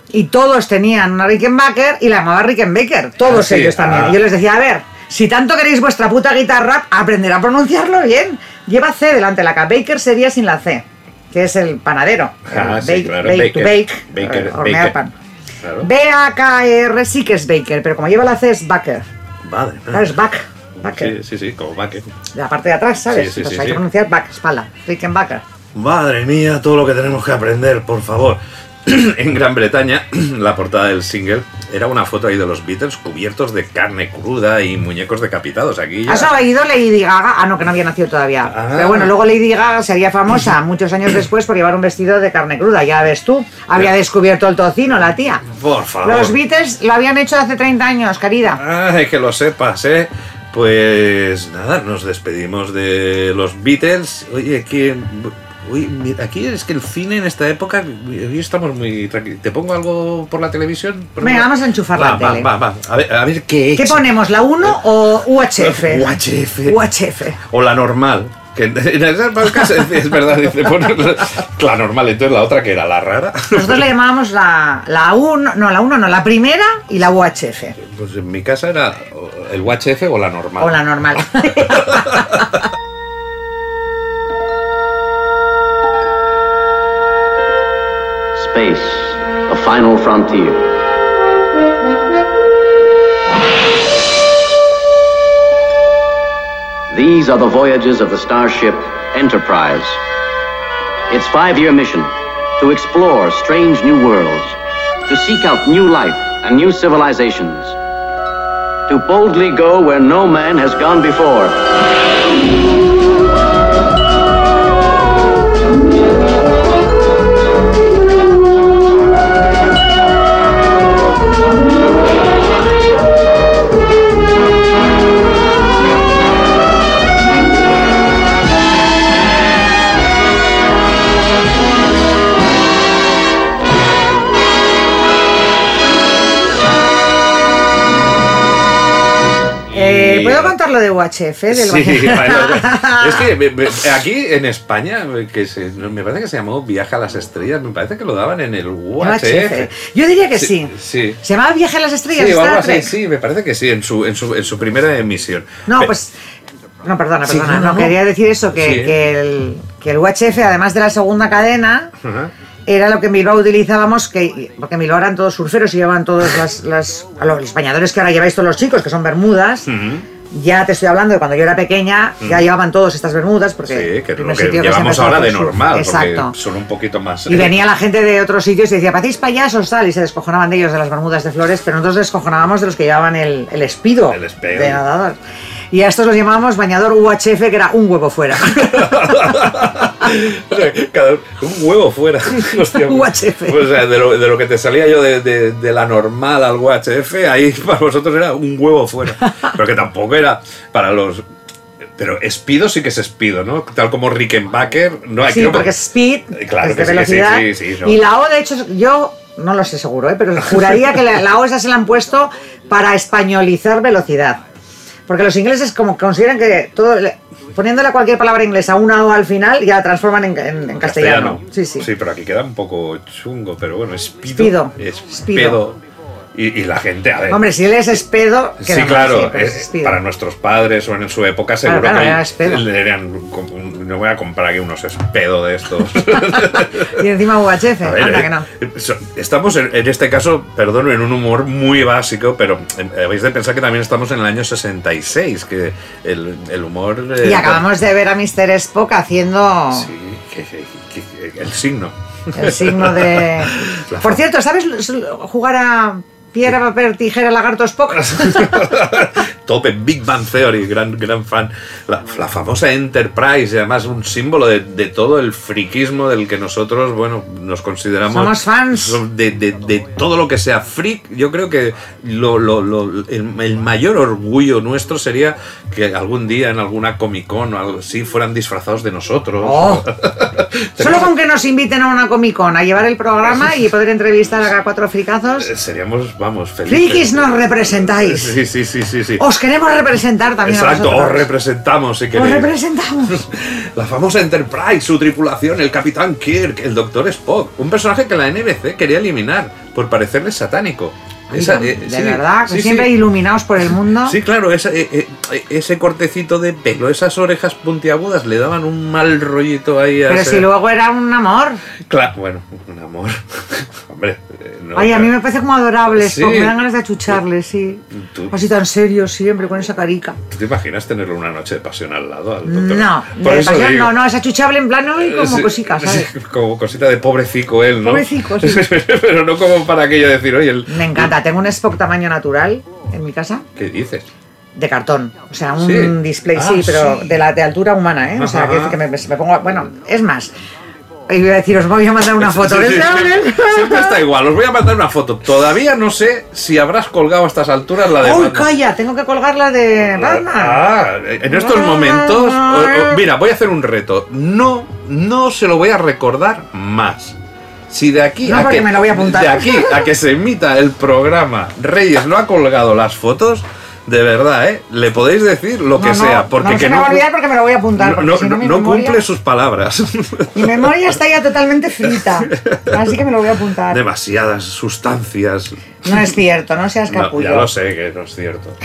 y todos tenían una Rickenbacker y la llamaba Rickenbacker, todos Ah, sí, ellos también. ah. Y yo les decía, a ver, si tanto queréis vuestra puta guitarra, aprender a pronunciarlo bien. Lleva C delante de la K. Baker sería sin la C, que es el panadero. Ah, El sí, bake, claro, bake to baker. bake, Baker, eh, hornear baker. pan. Claro. B A K E R sí que es Baker, pero como lleva la C es Baker. Madre mía. Claro, es back, Baker. Sí, sí, sí, como Baker. De la parte de atrás, ¿sabes? Sí, sí, Pues sí, hay sí. que pronunciar back, espalda, Rickenbacker. Madre mía, todo lo que tenemos que aprender, por favor. En Gran Bretaña, la portada del single era una foto ahí de los Beatles cubiertos de carne cruda y muñecos decapitados. Aquí ya... ¿Has oído Lady Gaga? Ah, no, que no había nacido todavía. Ah. Pero bueno, luego Lady Gaga se haría famosa muchos años después por llevar un vestido de carne cruda. Ya ves tú, había Ya. descubierto el tocino, la tía. Por favor. Los Beatles lo habían hecho hace treinta años, querida. Ay, que lo sepas, ¿eh? Pues nada, nos despedimos de los Beatles. Oye, que... Uy, mira, aquí es que el cine en esta época, hoy estamos muy tranquilos. ¿Te pongo algo por la televisión? Venga, vamos a enchufar va, la va, tele. Va, va, a ver, a ver qué he ¿Qué hecho. ponemos, la uno o U H F? U H F. U H F. O la normal. Que en en ese caso es, es verdad, dice, poner la normal, entonces la otra que era la rara. Nosotros le llamábamos la, la uno, no, la uno no, la primera y la U H F. Pues en mi casa era el U H F o la normal. O la normal. Space, the final frontier. These are the voyages of the starship Enterprise. Its five-year mission, to explore strange new worlds, to seek out new life and new civilizations, to boldly go where no man has gone before. Eh, ¿Puedo contar lo de U H F? Del Sí, bueno, es que me- me- aquí en España, que se- me parece que se llamó Viaje a las Estrellas, me parece que lo daban en el U H F. Yo diría que sí. Sí. ¿Se llamaba Viaje a las Estrellas? Sí, o algo Star así, Trek? sí, me parece que sí, en su, en su, en su primera emisión. No, Pe- pues... No, perdona, Sí, perdona. no, No, no, no. quería decir eso, que, Sí. que, el, que el U H F, además de la segunda cadena, Ajá. era lo que en Bilbao utilizábamos, que, porque en Bilbao eran todos surferos y llevaban todos las, las, a los bañadores que ahora lleváis todos los chicos, que son bermudas. Ya te estoy hablando de cuando yo era pequeña, ya llevaban todos estas bermudas, porque Sí, que el lo primer que sitio que se llevamos empezó ahora fue de el surf. normal, Exacto. porque son un poquito más... Y eh, venía la gente de otros sitios y decía, parecéis payasos, tal, y se descojonaban de ellos de las bermudas de flores, pero nosotros descojonábamos de los que llevaban el, el espido El espido. de nadador. Y a estos los llamábamos bañador U H F, que era un huevo fuera. O sea, cada- un huevo fuera. Hostia, U H F. O sea, de lo, de lo que te salía yo de, de- de la normal al U H F, ahí para vosotros era un huevo fuera. Pero que tampoco era para los... Pero Espido sí que es Espido, ¿no? Tal como Rickenbacker. No hay Sí, que- porque es speed, Eh, claro es que de sí, que sí, velocidad. sí, sí, no. Y la O, de hecho, yo no lo sé seguro, ¿eh? Pero juraría que la, la O esa se la han puesto para españolizar velocidad. Porque los ingleses como consideran que todo, le- poniéndole a cualquier palabra inglesa una O al final, ya la transforman en, en- en castellano. Sí, sí. Sí, pero aquí queda un poco chungo, pero bueno, Espido. Espido. Espido. Espido. Y, y la gente, a ver... Hombre, si él es espedo, Sí, queda mal, claro, sí, pero es- es espido. para nuestros padres o en su época seguro Claro, claro, que era hay- espedo. le dirían, no voy a comprar aquí unos espedo de estos. Y encima U H F, A ver, anda eh, que no. so- estamos en, en este caso, perdón, en un humor muy básico, pero eh, habéis de pensar que también estamos en el año sesenta y seis, que el, el humor... eh, Y acabamos de ver a mister Spock haciendo Sí, que- que- que- el signo. el signo de... La Por fa- cierto, ¿sabes jugar a piedra, papel, tijera, lagarto, Spock? Tope, Big Bang Theory, gran, gran fan. La, la famosa Enterprise, y además un símbolo de, de todo el friquismo del que nosotros, bueno, nos consideramos... Somos fans. De, de- de todo lo que sea freak. Yo creo que lo, lo- lo- el, el mayor orgullo nuestro sería que algún día en alguna Comic Con o algo así fueran disfrazados de nosotros. Oh. Solo con que nos inviten a una Comic Con a llevar el programa y poder entrevistar a cuatro fricazos. Eh, Seríamos, vamos, felices. Frikis nos representáis. Sí, sí, sí, sí, sí. Os queremos representar también Exacto, a os vosotros. representamos si Os queréis. representamos. La famosa Enterprise, su tripulación, el Capitán Kirk, el Doctor Spock, un personaje que la N B C quería eliminar. por parecerle satánico. Esa, Esa, eh, de sí, verdad, que sí, siempre sí. iluminados por el mundo. Sí, claro, esa, eh, eh, ese cortecito de pelo, esas orejas puntiagudas le daban un mal rollito ahí a Pero ese... si luego era un amor. Claro, bueno, un amor. Hombre, eh, no, Ay, a claro. mí me parece como adorable, Sí. me dan ganas de achucharle, sí. ¿Tú? Así tan serio siempre, con esa carica. ¿Tú te imaginas tenerlo una noche de pasión al lado? Al doctor? No, Por de eso pasión digo. no, no, es achuchable en plano y como Sí, cosica, ¿sabes? sí, como cosita de pobrecico él, ¿no? Pobrecico, sí. Pero no como para aquello de decir, oye, el... Me encanta, tengo un Spock tamaño natural en mi casa, ¿Qué dices? de cartón. O sea, un Sí. display, Ah, sí, pero sí. de la de altura humana, ¿eh? O sea, Ajá. que, que me, me pongo... Bueno, es más, iba a decir, os voy a mandar una foto. Sí, sí, ¿ves? sí. Siempre está igual, os voy a mandar una foto. Todavía no sé si habrás colgado a estas alturas la de ¡Uy, Batman. calla! Tengo que colgar la de Batman. Ah, en estos momentos, o- o- mira, voy a hacer un reto. No, no se lo voy a recordar más. Si de aquí No, a porque que me lo voy a apuntar. de aquí a que se emita el programa Reyes no ha colgado las fotos, de verdad, ¿eh? Le podéis decir lo que No, no, sea, porque no que se me va a cu- olvidar porque me lo voy a apuntar. no, porque no- si no, mi no memoria- cumple sus palabras. Mi memoria está ya totalmente frita. Así que me lo voy a apuntar. Demasiadas sustancias. No es cierto, no seas No, capullo. ya lo sé que no es cierto.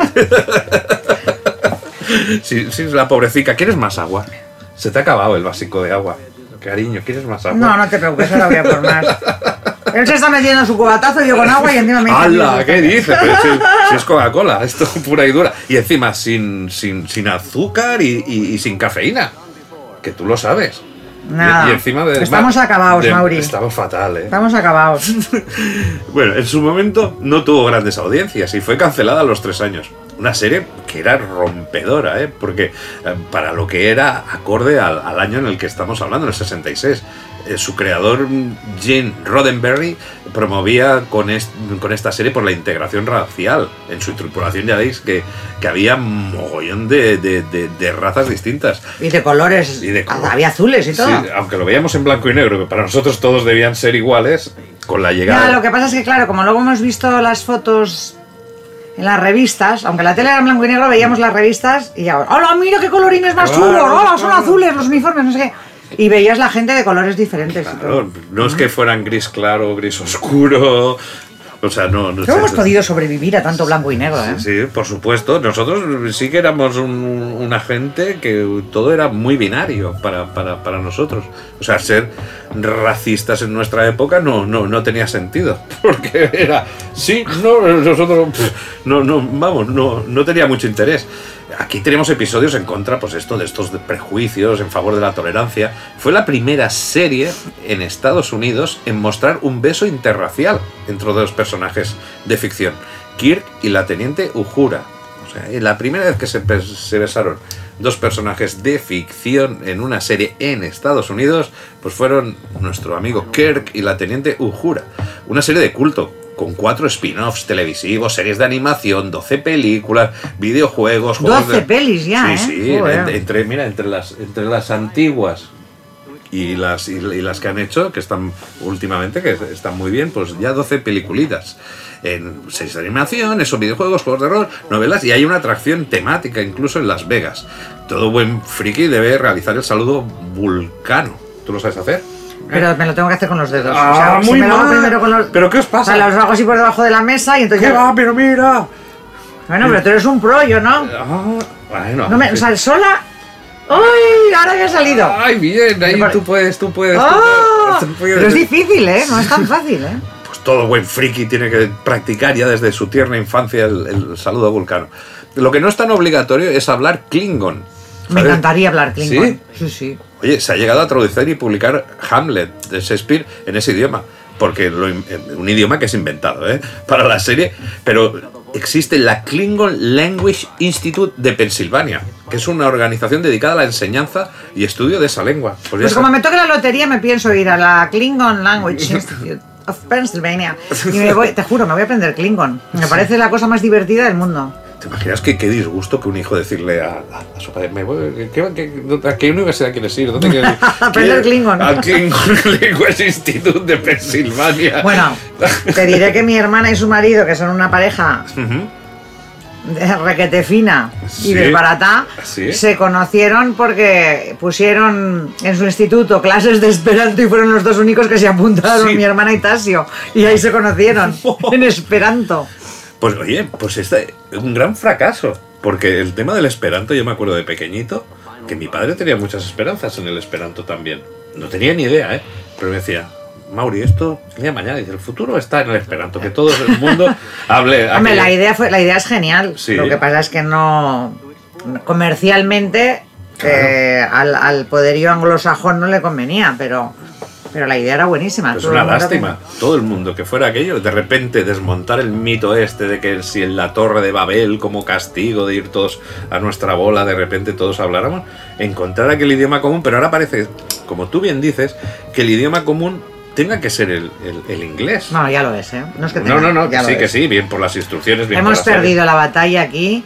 Sí, sí, la pobrecita. ¿Quieres más agua? Se te ha acabado el básico de agua. Cariño, ¿quieres más agua? No, no te preocupes, ahora voy a por más. Él se está metiendo su cubatazo y yo con agua y encima me dice... ¡Hala! ¿Qué dices? Pero si, si es Coca-Cola, esto pura y dura. Y encima sin, sin, sin azúcar y, y- y sin cafeína. Que tú lo sabes. Nada. Y, y encima de... Estamos acabados, de- Mauri. Estamos fatal, ¿eh? Estamos acabados. Bueno, en su momento no tuvo grandes audiencias y fue cancelada a los tres años. Una serie que era rompedora, ¿eh? Porque eh, para lo que era acorde al, al año en el que estamos hablando, en el sesenta y seis. Eh, su creador, Gene Roddenberry, promovía con, est- con esta serie por la integración racial. En su tripulación ya veis que, que había mogollón de, de- de- de razas distintas. Y de colores. Y de color. Había azules y todo. Sí, aunque lo veíamos en blanco y negro, que para nosotros todos debían ser iguales, con la llegada... Ya, lo que pasa es que, claro, como luego hemos visto las fotos en las revistas, aunque la tele era en blanco y negro, veíamos las revistas y ahora, ¡hola, mira qué colorines más Claro, chulos! ¡Hola, son claro. azules los uniformes! No sé qué. Y veías la gente de colores diferentes. y todo. Claro, no es que fueran gris claro, gris oscuro. O sea, no. no ¿Cómo sé. hemos podido sobrevivir a tanto blanco y negro, eh? Sí, por supuesto. Nosotros sí que éramos un, una gente que todo era muy binario para, para, para nosotros. O sea, ser racistas en nuestra época no, no, no tenía sentido. Porque era, sí, no, nosotros, pff, no, no, vamos, no, no tenía mucho interés. Aquí tenemos episodios en contra, pues esto, de estos prejuicios en favor de la tolerancia. Fue la primera serie en Estados Unidos en mostrar un beso interracial entre dos personajes de ficción, Kirk y la teniente Uhura. O sea, la primera vez que se, se besaron dos personajes de ficción en una serie en Estados Unidos, pues fueron nuestro amigo Kirk y la teniente Uhura. Una serie de culto, con cuatro spin-offs televisivos, series de animación, doce películas, videojuegos, juegos doce de... pelis ya, sí, ¿eh? Sí, Joder. entre, entre- mira, entre las, entre las antiguas y las, y, y las que han hecho, que están últimamente, que están muy bien, pues ya doce peliculitas. En series de animación, esos videojuegos, juegos de rol, novelas, y hay una atracción temática incluso en Las Vegas. Todo buen friki debe realizar el saludo vulcano. ¿Tú lo sabes hacer? Pero me lo tengo que hacer con los dedos. Ah, o sea, si muy me lo hago mal. primero con los... ¿Pero qué os pasa? O sea, los hago así por debajo de la mesa y entonces... ¿Qué ya- va? Pero mira. Bueno, pero tú eres un pro, yo no. Ah, bueno. No me... O sí. sea, sola... ¡Uy! Ahora que ha salido. Ay, bien, ahí Me pare- tú puedes, tú puedes. tú ¡Oh! puedes, tú puedes. Pero es difícil, ¿eh? No es tan fácil, ¿eh? Pues todo buen friki tiene que practicar ya desde su tierna infancia el, el saludo vulcano. Lo que no es tan obligatorio es hablar Klingon. Me ¿sabes? encantaría hablar Klingon. ¿Sí? Sí, sí. Oye, se ha llegado a traducir y publicar Hamlet de Shakespeare en ese idioma, porque lo, un idioma que es inventado, ¿eh? Para la serie, pero existe la Klingon Language Institute de Pensilvania, que es una organización dedicada a la enseñanza y estudio de esa lengua. Pues ya Pues sa- como me toque la lotería me pienso ir a la Klingon Language Institute of Pennsylvania y me voy, te juro, me voy a aprender Klingon. Me parece la cosa más divertida del mundo. ¿Te imaginas que qué disgusto que un hijo decirle a, a, a su padre, me voy, ¿qué, qué, ¿a qué universidad quieres ir? ¿Dónde quieres ir? Aprender Klingon. Al Klingon Language Institute de Pensilvania. Bueno, te diré que mi hermana y su marido, que son una pareja Ujú. de requete fina y Sí. desbaratá, Sí. se conocieron porque pusieron en su instituto clases de esperanto y fueron los dos únicos que se apuntaron, Sí. mi hermana y Tasio, y ahí se conocieron en esperanto. Pues oye, pues este es un gran fracaso, porque el tema del esperanto, yo me acuerdo de pequeñito, que mi padre tenía muchas esperanzas en el esperanto también. No tenía ni idea, ¿eh? Pero me decía, Mauri, esto, mira mañana, dice, el futuro está en el esperanto, que todo el mundo hable... Hombre, aquello". la idea, fue, la idea es genial, Sí. lo que pasa es que no... Comercialmente eh, al, al poderío anglosajón no le convenía, pero... Pero la idea era buenísima. Es todo una el mundo lástima, todo el mundo que fuera aquello, de repente desmontar el mito este de que si en la torre de Babel como castigo de ir todos a nuestra bola, de repente todos habláramos, encontrar aquel idioma común, pero ahora parece, como tú bien dices, que el idioma común tenga que ser el, el- el inglés. No, ya lo es, ¿eh? No, es que No, tenga, no, no, ya que lo sí, es. que sí, bien por las instrucciones, bien Hemos por la serie. perdido la batalla aquí.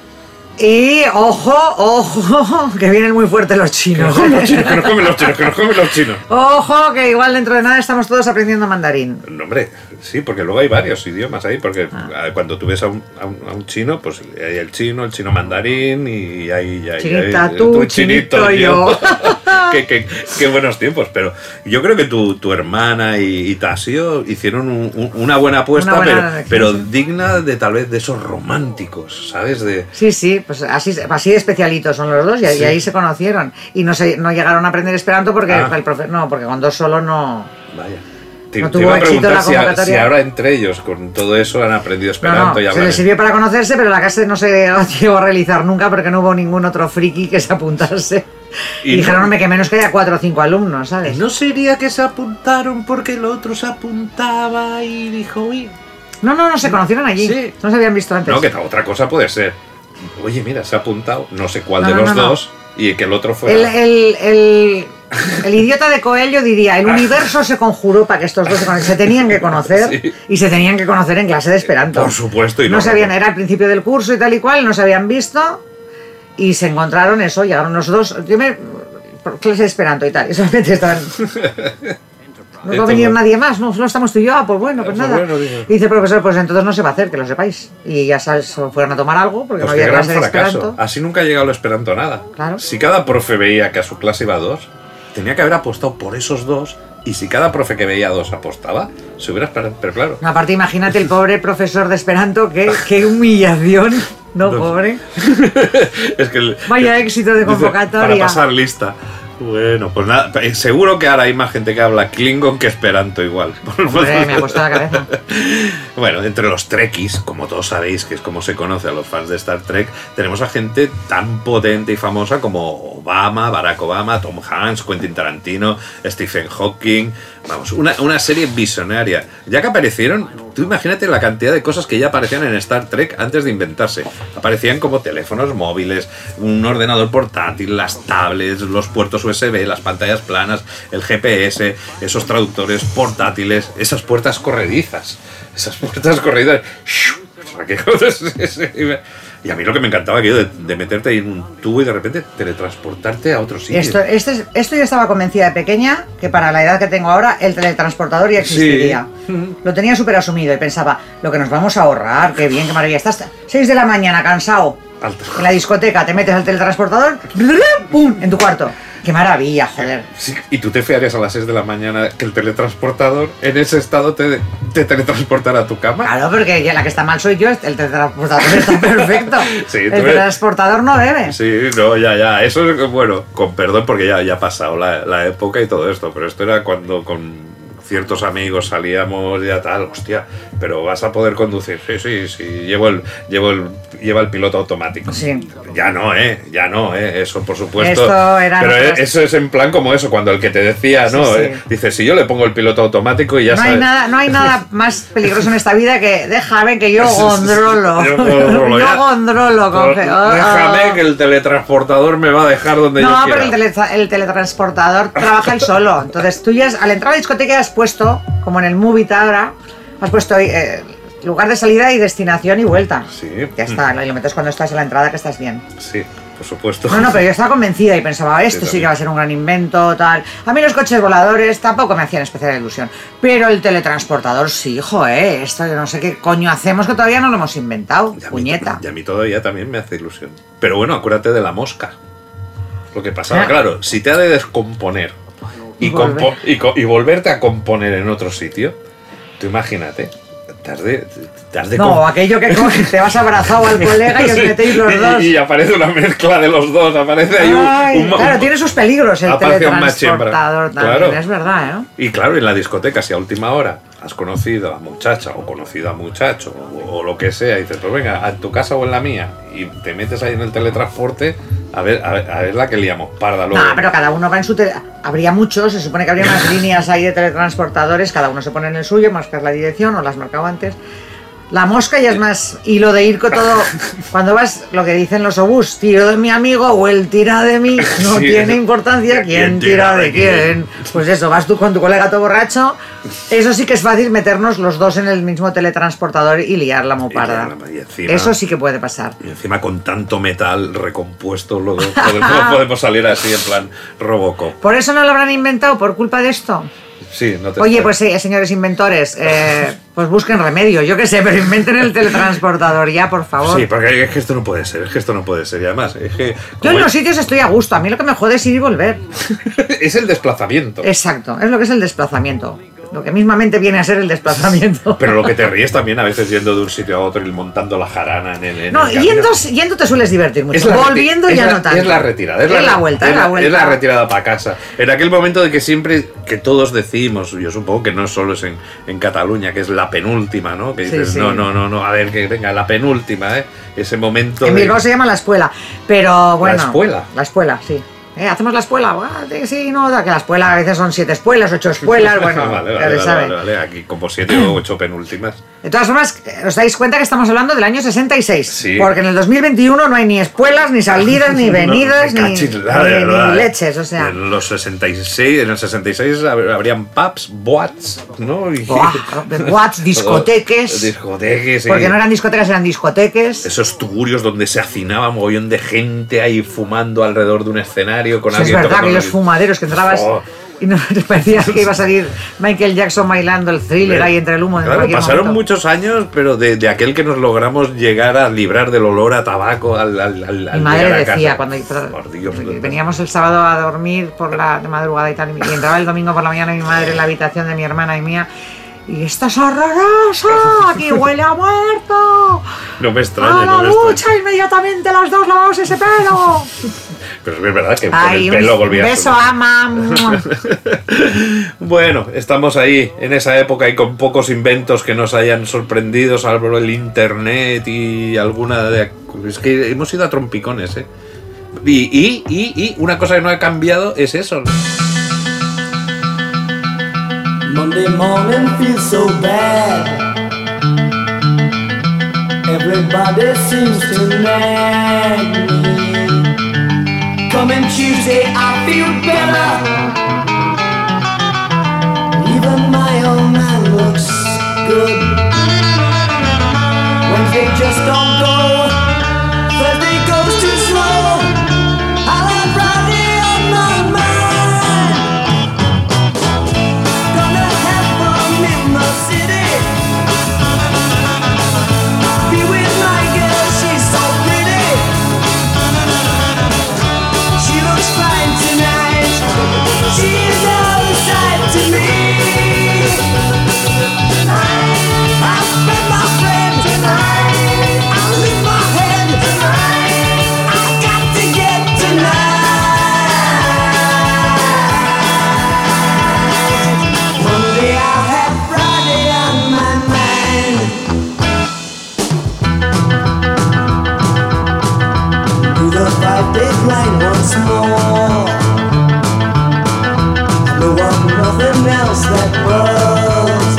Y ojo, ojo, que vienen muy fuertes los chinos. Que nos comen los chinos, que nos comen los chinos. Ojo, que igual dentro de nada estamos todos aprendiendo mandarín. No, hombre, sí, porque luego hay varios idiomas ahí, porque Ah. cuando tú ves a un, a un- a un chino, pues hay el chino, el chino mandarín y hay... hay- Chinita hay- tú, chinito yo. qué, qué- qué buenos tiempos, pero yo creo que tu, tu hermana y, y Tasio hicieron un- un- una buena apuesta, Una buena pero, elección, pero sí. digna de tal vez de esos románticos, ¿sabes? De, Sí, sí, pues así, así de especialitos son los dos y, Sí. y ahí se conocieron. Y no, se, no llegaron a aprender esperanto porque Ah. el profe, no, porque con dos solo no... vaya. Te, No te tuvo iba a éxito preguntar la si, a- convocatoria. si ahora entre ellos, con todo eso, han aprendido No, esperanto no, y se hablan. les sirvió para conocerse, pero la clase no se llegó a realizar nunca porque no hubo ningún otro friki que se apuntase. Y Y, dijeron, no- hombre, que menos que haya cuatro o cinco alumnos, ¿sabes? ¿No sería que se apuntaron porque el otro se apuntaba y dijo, uy? No, no, no, se conocieron allí. Sí. No se habían visto antes. No, que ta- otra cosa puede ser. Oye, mira, se ha apuntado, no sé cuál No, de no, los no, no. dos, y que el otro fuera. El, el, el, el idiota de Coelho diría, el universo se conjuró para que estos dos se, cono- se tenían que conocer Sí. y se tenían que conocer en clase de esperanto. Por supuesto, y no no- se habían, era al principio del curso y tal y cual, no se habían visto y se encontraron eso, llegaron los dos, yo me, por clase de esperanto y tal, y solamente estaban... No va a venir nadie más, no, solo estamos tú y yo, ah, pues bueno, pues Pues nada. bueno, digo. Y dice el profesor, pues entonces no se va a hacer, que lo sepáis. Y ya sabes, se fueron a tomar algo porque Pues no qué había gran clase de fracaso. esperanto. Así nunca ha llegado el esperanto a nada. Claro. Si cada profe veía que a su clase iba dos, tenía que haber apostado por esos dos, y si cada profe que veía dos apostaba, se hubiera esperado. Pero claro, No, aparte, imagínate el pobre profesor de esperanto, qué, qué humillación. No, No. pobre. es que el- Vaya éxito de dice, convocatoria. Para pasar lista. Bueno, pues nada, eh, seguro que ahora hay más gente que habla Klingon que Esperanto igual. Hombre, me ha puesto la cabeza. Bueno, entre los Trekkies, como todos sabéis, que es como se conoce a los fans de Star Trek, tenemos a gente tan potente y famosa como Obama, Barack Obama, Tom Hanks, Quentin Tarantino, Stephen Hawking. Vamos, una, una serie visionaria. Ya que aparecieron, tú imagínate la cantidad de cosas que ya aparecían en Star Trek antes de inventarse. Aparecían como teléfonos móviles, un ordenador portátil, las tablets, los puertos U S B, las pantallas planas, el G P S, esos traductores portátiles, esas puertas corredizas. Esas puertas corredizas. ¿Qué cosas es ese? Y a mí lo que me encantaba aquello de, de meterte ahí en un tubo y de repente teletransportarte a otro sitio. Esto, este, es- esto yo estaba convencida de pequeña que para la edad que tengo ahora el teletransportador ya existiría. Sí. Lo tenía súper asumido y pensaba, lo que nos vamos a ahorrar, qué bien, qué maravilla. Estás seis de la mañana cansado Alto. en la discoteca, te metes al teletransportador, ¡pum! En tu cuarto. Qué maravilla, joder. Sí, y tú te fiarías a las seis de la mañana que el teletransportador en ese estado te, te teletransportara a tu cama. Claro, porque ya la que está mal soy yo, el teletransportador está perfecto. Sí, el tú eres- teletransportador no bebe. Sí, no, ya, ya. Eso es, bueno, con perdón porque ya, ya ha pasado la, la época y todo esto, pero esto era cuando con ciertos amigos salíamos ya tal, hostia, pero vas a poder conducir. Sí, sí, sí, llevo el, llevo el, lleva el piloto automático. Sí. Ya no, eh, ya no, eh, eso por supuesto. Esto era pero nuestras- eso es en plan como eso, cuando el que te decía, Sí, no, sí. eh, dice, si yo le pongo el piloto automático y ya No hay, sabes. nada, no hay nada más peligroso en esta vida que déjame que yo gondrolo. Yo gondrolo, Yo ya. gondrolo, Pues, confe- oh, déjame oh. que el teletransportador me va a dejar donde No, yo pero quiera. el, tele- el teletransportador trabaja él solo. Entonces tú ya has- al entrar a la discoteca has puesto, como en el Movit ahora, has puesto eh, lugar de salida y destinación y vuelta. Sí. Ya está, y lo metes cuando estás en la entrada que estás bien. Sí. por supuesto. No, no, pero yo estaba convencida y pensaba, esto sí, sí que va a ser un gran invento, tal. A mí los coches voladores tampoco me hacían especial ilusión. Pero el teletransportador sí, joder, esto yo no sé qué coño hacemos que todavía no lo hemos inventado. Y a Puñeta. Mí, y a mí todavía también me hace ilusión. Pero bueno, acuérdate de la mosca. Lo que pasaba, ¿Eh? claro, si te ha de descomponer y, Y volver. compo- y, co- y volverte a componer en otro sitio, tú imagínate, te has de... Te has de No, com- aquello que coges, te vas abrazado al colega y os Sí, metéis los y- dos. Y, aparece una mezcla de los dos, aparece ahí un... Ay, un- claro, tiene sus peligros el aparece un teletransportador machembra. también, Claro. es verdad, ¿eh? Y claro, en la discoteca, si a última hora has conocido a muchacha o conocido a muchacho o, o lo que sea, y dices, pues venga, a tu casa o en la mía, y te metes ahí en el teletransporte, a ver, a ver, a ver la que liamos parda luego. No, pero cada uno va en su... Tele... Habría muchos, se supone que habría unas líneas ahí de teletransportadores, cada uno se pone en el suyo, marcas la dirección o las marcado antes. La mosca ya es más hilo de ir con todo. Cuando vas, lo que dicen los obús, tiro de mi amigo o él tira de mí, no Sí. tiene importancia quién tira de quién. Pues eso, vas tú con tu colega todo borracho. Eso sí que es fácil meternos los dos en el mismo teletransportador y liar la moparda. Y liarla, y encima- Eso sí que puede pasar. Y encima con tanto metal recompuesto, luego podemos, podemos salir así en plan Robocop. ¿Por eso no lo habrán inventado? ¿Por culpa de esto? Sí, no te Oye, extrañes. pues eh, señores inventores, eh, pues busquen remedio, yo qué sé, pero inventen el teletransportador ya, por favor. Sí, porque es que esto no puede ser, es que esto no puede ser. Y además, es que... Yo como en los es, sitios estoy a gusto, a mí lo que me jode es ir y volver. es el desplazamiento. Exacto, es lo que es el desplazamiento. Lo que mismamente viene a ser el desplazamiento. Pero lo que te ríes también a veces yendo de un sitio a otro y montando la jarana en el, en No, el camino. yendo, yendo te sueles divertir mucho. Es la reti- Volviendo es ya la- no tanto. Es la retirada. Es, Es la re- vuelta, es es la vuelta. Es la retirada para casa. En aquel momento de que siempre, que todos decimos, yo supongo que no solo es en, en Cataluña, que es la penúltima, ¿no? Que Sí, dices, sí. no, no, no, no, a ver, que venga, la penúltima, ¿eh? Ese momento En de- Bilbao se llama la escuela, pero bueno. ¿La escuela? La escuela, sí. Eh, ¿Hacemos la escuela? Ah, sí, sí, no, da que la escuela a veces son siete escuelas, ocho escuelas, bueno, vale, ya vale, se vale, sabe. vale, vale, aquí como siete o ocho penúltimas. De todas formas, os dais cuenta que estamos hablando del año sesenta y seis. Sí. Porque en el dos mil veintiuno no hay ni escuelas, ni salidas, ni venidas, No, me ni, cachis, la ni- verdad, ni ¿eh? leches. O sea, En los sesenta y seis, en el sesenta y seis hab- habrían pubs, boats, ¿no? Y- Buah, boats, discoteques. Discoteques, sí. porque no eran discotecas, eran discoteques. Esos tugurios donde se hacinaba mogollón de gente ahí fumando alrededor de un escenario con Eso es alguien verdad, tocando aquellos el- fumaderos que entrabas Oh. y no te parecía que iba a salir Michael Jackson bailando el Thriller ahí entre el humo. en Claro, cualquier pasaron momento. muchos años, pero de, de aquel que nos logramos llegar a librar del olor a tabaco al, al, al- Mi al madre llegar a decía, casa. cuando Por Dios, veníamos el sábado a dormir por la de madrugada y tal, y entraba el domingo por la mañana mi madre en la habitación de mi hermana y mía, y esto es horroroso, aquí huele a muerto. No me A extraña, la no me ducha, extraña. inmediatamente los dos lavamos ese pelo. Pero es verdad que con Ay, el pelo un volvía a beso, subir. ama. Bueno, estamos ahí en esa época y con pocos inventos que nos hayan sorprendido, salvo el internet y alguna de... Es que hemos ido a trompicones, ¿eh? Y, y, y, y una cosa que no ha cambiado es eso. Monday morning feels so bad. Everybody seems to nag me. Coming Tuesday, I feel better. Even my old man looks good. Wednesday just don't go. Thursday goes too slow. I'll have Friday on my mind. Gonna have fun in the city. Be with my girl, she's so pretty. She looks fine tonight. She's all a sight to me. I'll spend my friends tonight. I'll leave my head tonight. I got to get tonight. Monday I'll have Friday on my mind. Do the five-day grind once more. I know of nothing else that bugs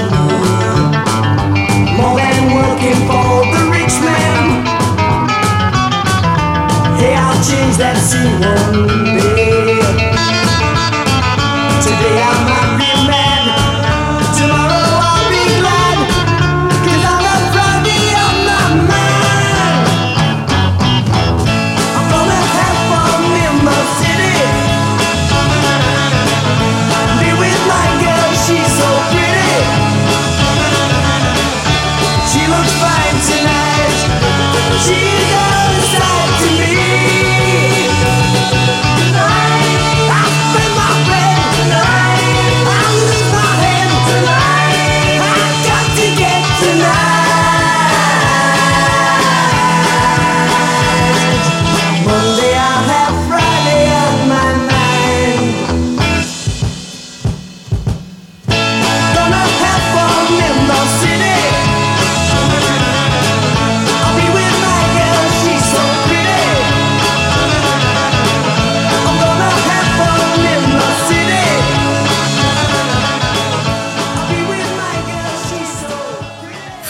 me more than working for the rich man. Hey, I'll change that scene one day. Today I might be mad. Tomorrow I'll be glad. 'Cause I'll have Friday on my mind. I'm gonna have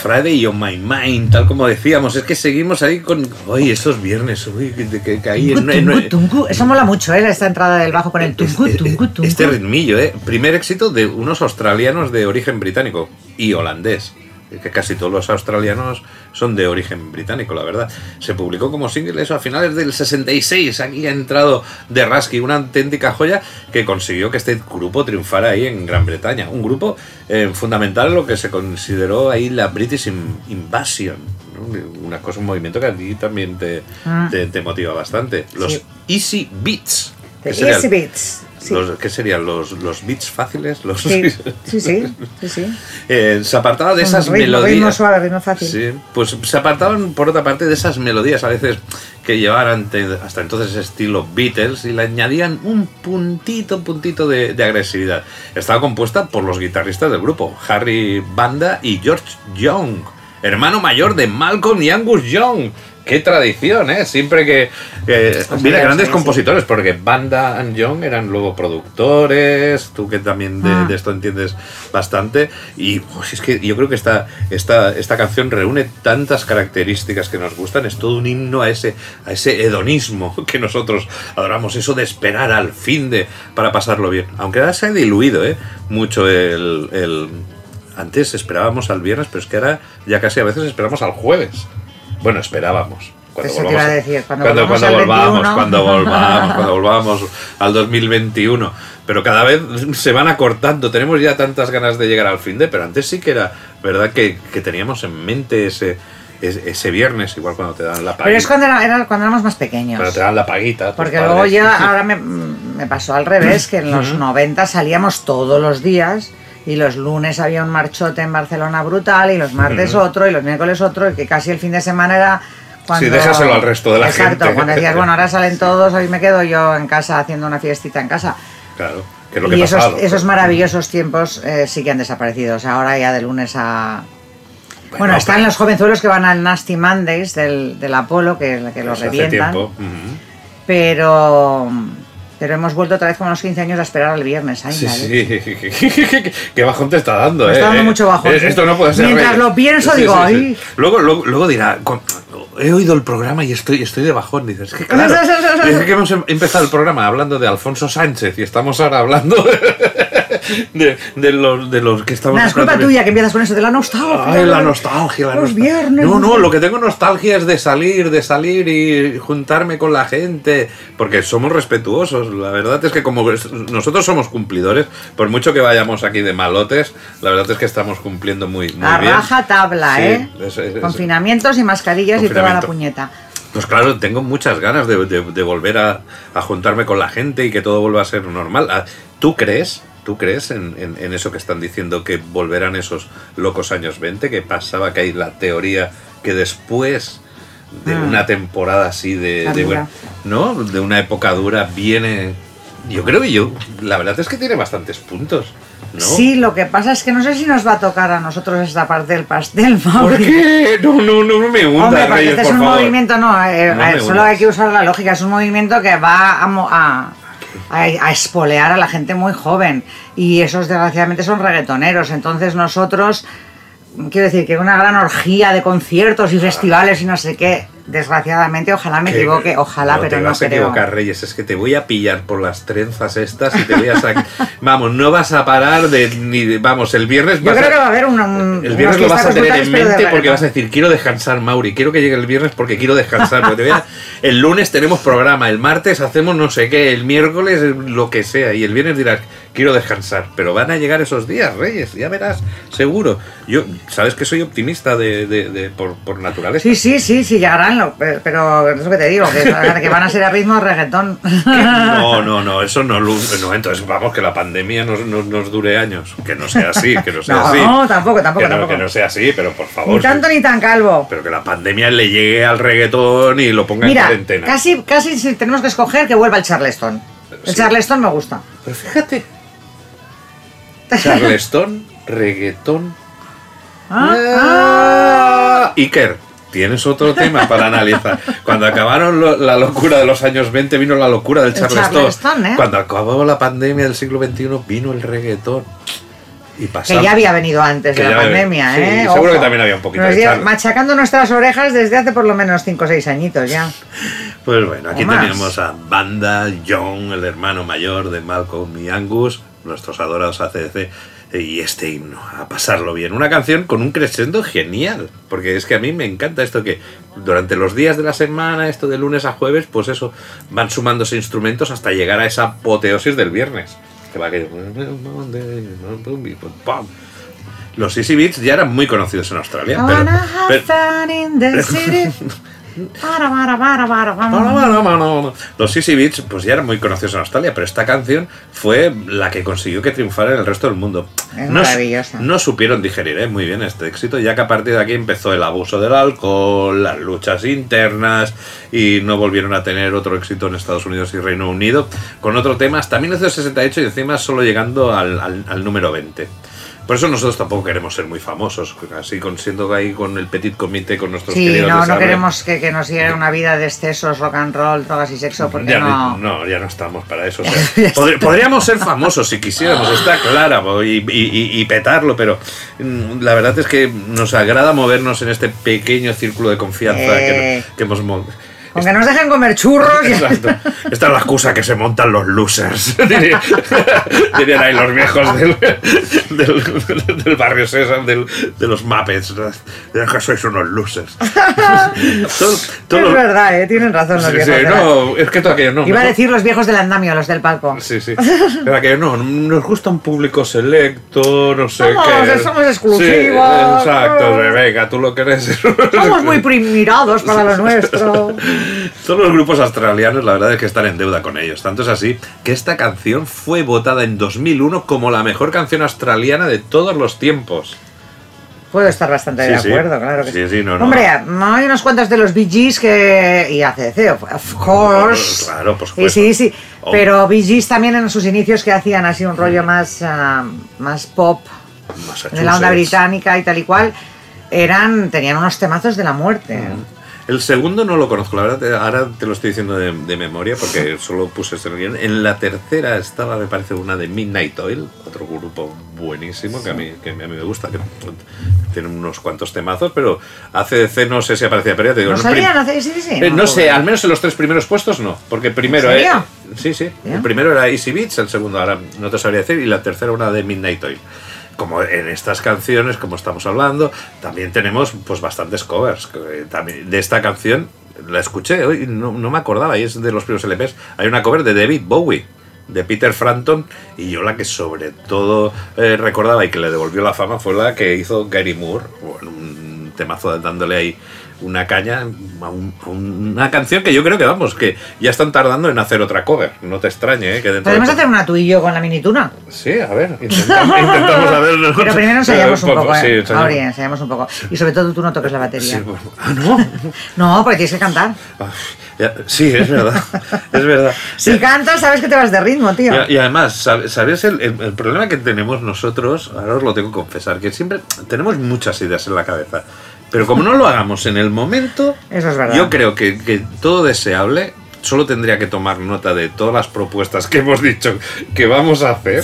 Friday on my mind, tal como decíamos. Es que seguimos ahí con... Uy, esos viernes, uy, que, que, que ahí... Tungu, en, tungu, en, tungu. Eso mola mucho, ¿eh? Esta entrada del bajo con el tungu, este, tungu, tungu. este ritmillo, ¿eh? Primer éxito de unos australianos de origen británico y holandés. Que casi todos los australianos son de origen británico, la verdad. Se publicó como single eso a finales del sesenta y seis. Aquí ha entrado The Rusky, una auténtica joya que consiguió que este grupo triunfara ahí en Gran Bretaña. Un grupo eh, fundamental en lo que se consideró ahí la British Invasion, ¿no? Una cosa, un movimiento que a ti también te, ah. te, te motiva bastante. Los sí. Easy Beats. The Easy Beats. Sí. Los, ¿Qué serían? ¿Los, los beats fáciles? Los... Sí, sí, sí, sí, sí. Eh, se apartaba de esas ritmo, melodías. Ritmo suave, ritmo fácil. Sí, pues se apartaban por otra parte de esas melodías a veces que llevaban hasta entonces estilo Beatles y le añadían un puntito, puntito de, de agresividad. Estaba compuesta por los guitarristas del grupo, Harry Banda y George Young, hermano mayor de Malcolm y Angus Young. Qué tradición, ¿eh? Siempre que... que pues mira, grandes sí, compositores, sí. Porque Banda y Young eran luego productores, tú que también de, ah. de esto entiendes bastante, y pues, es que yo creo que esta, esta, esta canción reúne tantas características que nos gustan, es todo un himno a ese, a ese hedonismo que nosotros adoramos, eso de esperar al fin de para pasarlo bien. Aunque ahora se ha diluido, ¿eh? Mucho el, el... Antes esperábamos al viernes, pero es que ahora ya casi a veces esperamos al jueves. Bueno, esperábamos. Cuando Eso volvamos, te iba a decir, cuando, cuando, volvamos, cuando, al volvamos cuando volvamos, cuando volvamos al dos mil veintiuno. Pero cada vez se van acortando. Tenemos ya tantas ganas de llegar al fin de, pero antes sí que era verdad que, que teníamos en mente ese, ese, ese viernes, igual cuando te dan la paguita. Pero es cuando, era, era cuando éramos más pequeños. Pero te dan la paguita. Porque luego padres. ya, ahora me, me pasó al revés, que en los noventa salíamos todos los días. Y los lunes había un marchote en Barcelona brutal, y los martes uh-huh. otro, y los miércoles otro, y que casi el fin de semana era cuando... Sí, déjaselo al resto de la Exacto, gente. Exacto, cuando decías, bueno, ahora salen todos, hoy me quedo yo en casa haciendo una fiestita en casa. Claro, que es lo que y ha esos, pasado, esos pues, maravillosos tiempos eh, sí que han desaparecido. O sea, ahora ya de lunes a... Bueno, bueno están pero... los jovenzuelos que van al Nasty Mondays del, del Apolo, que, que los revientan. Hace tiempo. Uh-huh. Pero... Pero hemos vuelto otra vez con los quince años a esperar al viernes. Ay, sí, sí. Qué bajón te está dando, me ¿eh? está dando mucho bajón. Eh, esto no puede ser. Mientras rey. lo pienso, sí, digo, sí, ay. Sí. Luego, luego, luego dirá, he oído el programa y estoy, estoy de bajón. Dices, es que claro, es que hemos empezado el programa hablando de Alfonso Sánchez y estamos ahora hablando de, de, los, de los que estamos... Nah, es culpa tuya que empiezas con eso de la nostalgia. Ay, la nostalgia, la los nostalgia. viernes. No, no, lo que tengo nostalgia es de salir, de salir y juntarme con la gente, porque somos respetuosos. La verdad es que como nosotros somos cumplidores, por mucho que vayamos aquí de malotes, la verdad es que estamos cumpliendo muy, muy a bien. A raja tabla, sí, ¿eh? Es, es, es, Confinamientos y mascarillas y toda la puñeta. Pues claro, tengo muchas ganas de, de, de volver a, a juntarme con la gente y que todo vuelva a ser normal. ¿Tú crees? ¿Tú crees en, en, en eso que están diciendo, que volverán esos locos años veinte? Que pasaba que hay la teoría que después de ah, una temporada así de, de bueno, ¿no? De una época dura viene... Yo creo que yo... La verdad es que tiene bastantes puntos, ¿no? Sí, lo que pasa es que no sé si nos va a tocar a nosotros esta parte del pastel, Mauri. ¿Por qué? No, no, no me hundas, Hombre, porque Reyes, este es por un favor. movimiento, no, eh, no eh, solo hay que usar la lógica, es un movimiento que va a... a A, a espolear a la gente muy joven, y esos desgraciadamente son reggaetoneros. Entonces nosotros, quiero decir que una gran orgía de conciertos y festivales y no sé qué, desgraciadamente, ojalá me equivoque, ojalá, no, pero te no vas creo. a equivocar, Reyes, es que te voy a pillar por las trenzas estas y te voy a sacar. Vamos, no vas a parar de ni de, vamos, el viernes yo creo a, que va a haber un, un el viernes lo vas a tener en mente porque vas a decir, quiero descansar, Mauri, quiero que llegue el viernes porque quiero descansar, porque te voy a, el lunes tenemos programa, el martes hacemos no sé qué, el miércoles lo que sea, y el viernes dirás, quiero descansar, pero van a llegar esos días, Reyes, ya verás, seguro. Yo, sabes que soy optimista de, de, de por, por naturaleza. Sí, sí, sí, sí, llegarán, lo, pero es lo que te digo, que, que van a ser a ritmo de reggaetón. No, no, no, eso no, no, entonces vamos, que la pandemia nos, nos, nos dure años, que no sea así, que no sea no, así. No, tampoco, tampoco, que no, tampoco. Que no sea así, pero por favor. Ni tanto sí. ni tan calvo. Pero que la pandemia le llegue al reggaetón y lo ponga Mira, en cuarentena. casi, casi si tenemos que escoger que vuelva el Charleston. El sí. Charleston me gusta. Pero fíjate. Charleston, reggaetón. Ah, ah. Iker, tienes otro tema para analizar. Cuando acabaron lo, la locura de los años veinte, vino la locura del Charleston. Charleston, ¿eh? Cuando acabó la pandemia del siglo veintiuno, vino el reggaetón. Y pasamos, que ya había venido antes de la ya, pandemia, sí, ¿eh? seguro Ojo. que también había un poquito Nos de lleva charla. machacando nuestras orejas desde hace por lo menos cinco o seis añitos ya. Pues bueno, aquí O más. tenemos a Banda, John, el hermano mayor de Malcolm y Angus, nuestros adorados A C D C, y este himno, a pasarlo bien. Una canción con un crescendo genial, porque es que a mí me encanta esto que durante los días de la semana, esto de lunes a jueves, pues eso, van sumándose instrumentos hasta llegar a esa apoteosis del viernes. Que va aquello... Los Easy Beats ya eran muy conocidos en Australia, I pero... wanna have pero- fun in the city. Para, para, para, para, para. Los Easy Beats pues ya eran muy conocidos en Australia, pero esta canción fue la que consiguió que triunfara en el resto del mundo. Es no, maravillosa. No supieron digerir ¿eh? muy bien este éxito, ya que a partir de aquí empezó el abuso del alcohol, las luchas internas, y no volvieron a tener otro éxito en Estados Unidos y Reino Unido con otro tema hasta mil novecientos sesenta y ocho, y encima solo llegando al, al, al número veinte. Por eso nosotros tampoco queremos ser muy famosos, así con, siendo ahí con el petit comité, con nuestros Sí, queridos no, no desarrollos. queremos que, que nos llegue una vida de excesos, rock and roll, drogas y sexo, porque Ya no... no, ya no estamos para eso. O sea, podr- podríamos ser famosos si quisiéramos, está claro, y, y- y- y petarlo, pero mm, la verdad es que nos agrada movernos en este pequeño círculo de confianza Eh. que, que hemos montado. Aunque nos dejen comer churros... y- Exacto. Esta es la excusa que se montan los losers. Dirían, dirían ahí los viejos del, del, del barrio Sésamo, del, de los Muppets. Dirían que sois unos losers. Todo- todo es lo- verdad, ¿eh? Tienen razón los Sí, viejos. sí, de la- no, es que todo aquello no. Iba a mejor- decir los viejos del andamio, los del palco. Sí, sí. Era que no, nos gusta un público selecto, no sé Somos- qué. somos exclusivos. Sí, exacto, venga, tú lo crees. Somos muy primirados para lo nuestro. Todos los grupos australianos, la verdad es que están en deuda con ellos. Tanto es así que esta canción fue votada en dos mil uno como la mejor canción australiana de todos los tiempos. Puedo estar bastante Sí, de sí. acuerdo, claro que Sí, sí. sí, no, no. Hombre, no hay unos cuantos de los Bee Gees que... y A C D C, of of course. Claro, por Sí, supuesto. sí, sí. Oh. Pero Bee Gees también en sus inicios que hacían así un rollo más, ah, más pop, de la onda Massachusetts. británica y tal y cual, eran, tenían unos temazos de la muerte. El segundo no lo conozco, la verdad, ahora te lo estoy diciendo de, de memoria porque solo puse ese guión. En la tercera estaba, me parece, una de Midnight Oil, otro grupo buenísimo que a mí, que a mí me gusta, que tiene unos cuantos temazos, pero A C D C no sé si aparecía, pero ya te digo, ¿No no, salían prim- A C D C? Sí, sí, sí. Eh, no sé, joder. al menos en los tres primeros puestos no, porque primero ¿En serio? eh, sí, sí, Bien. el primero era Easy Beats, el segundo ahora no te sabría decir, y la tercera una de Midnight Oil. Como en estas canciones, como estamos hablando, también tenemos pues bastantes covers. que, también, de esta canción la escuché hoy, no, no me acordaba, y es de los primeros L Pes. Hay una cover de David Bowie, de Peter Frampton, y yo la que sobre todo eh, recordaba y que le devolvió la fama fue la que hizo Gary Moore, bueno, un temazo dándole ahí una caña a, un- a una canción que yo creo que vamos, que ya están tardando en hacer otra cover, no te extrañe, ¿eh? Que dentro Podemos de hacer una tú y yo con la minituna. Sí, a ver, intentamos, intentamos a ver. Pero primero ensayamos un Eh, poco, sí, ¿eh? ensayamos. Ahora ensayamos un poco. Y sobre todo tú no toques la batería. Sí, bueno. Ah, no. No, porque tienes que cantar. Ah, ya, sí, es verdad. Es verdad. Si cantas, sabes que te vas de ritmo, tío. Y, y además, sab- ¿sabes el, el- el problema que tenemos nosotros? Ahora os lo tengo que confesar, que siempre tenemos muchas ideas en la cabeza. Pero como no lo hagamos en el momento, Eso es verdad. yo creo que, que todo deseable solo tendría que tomar nota de todas las propuestas que hemos dicho que vamos a hacer.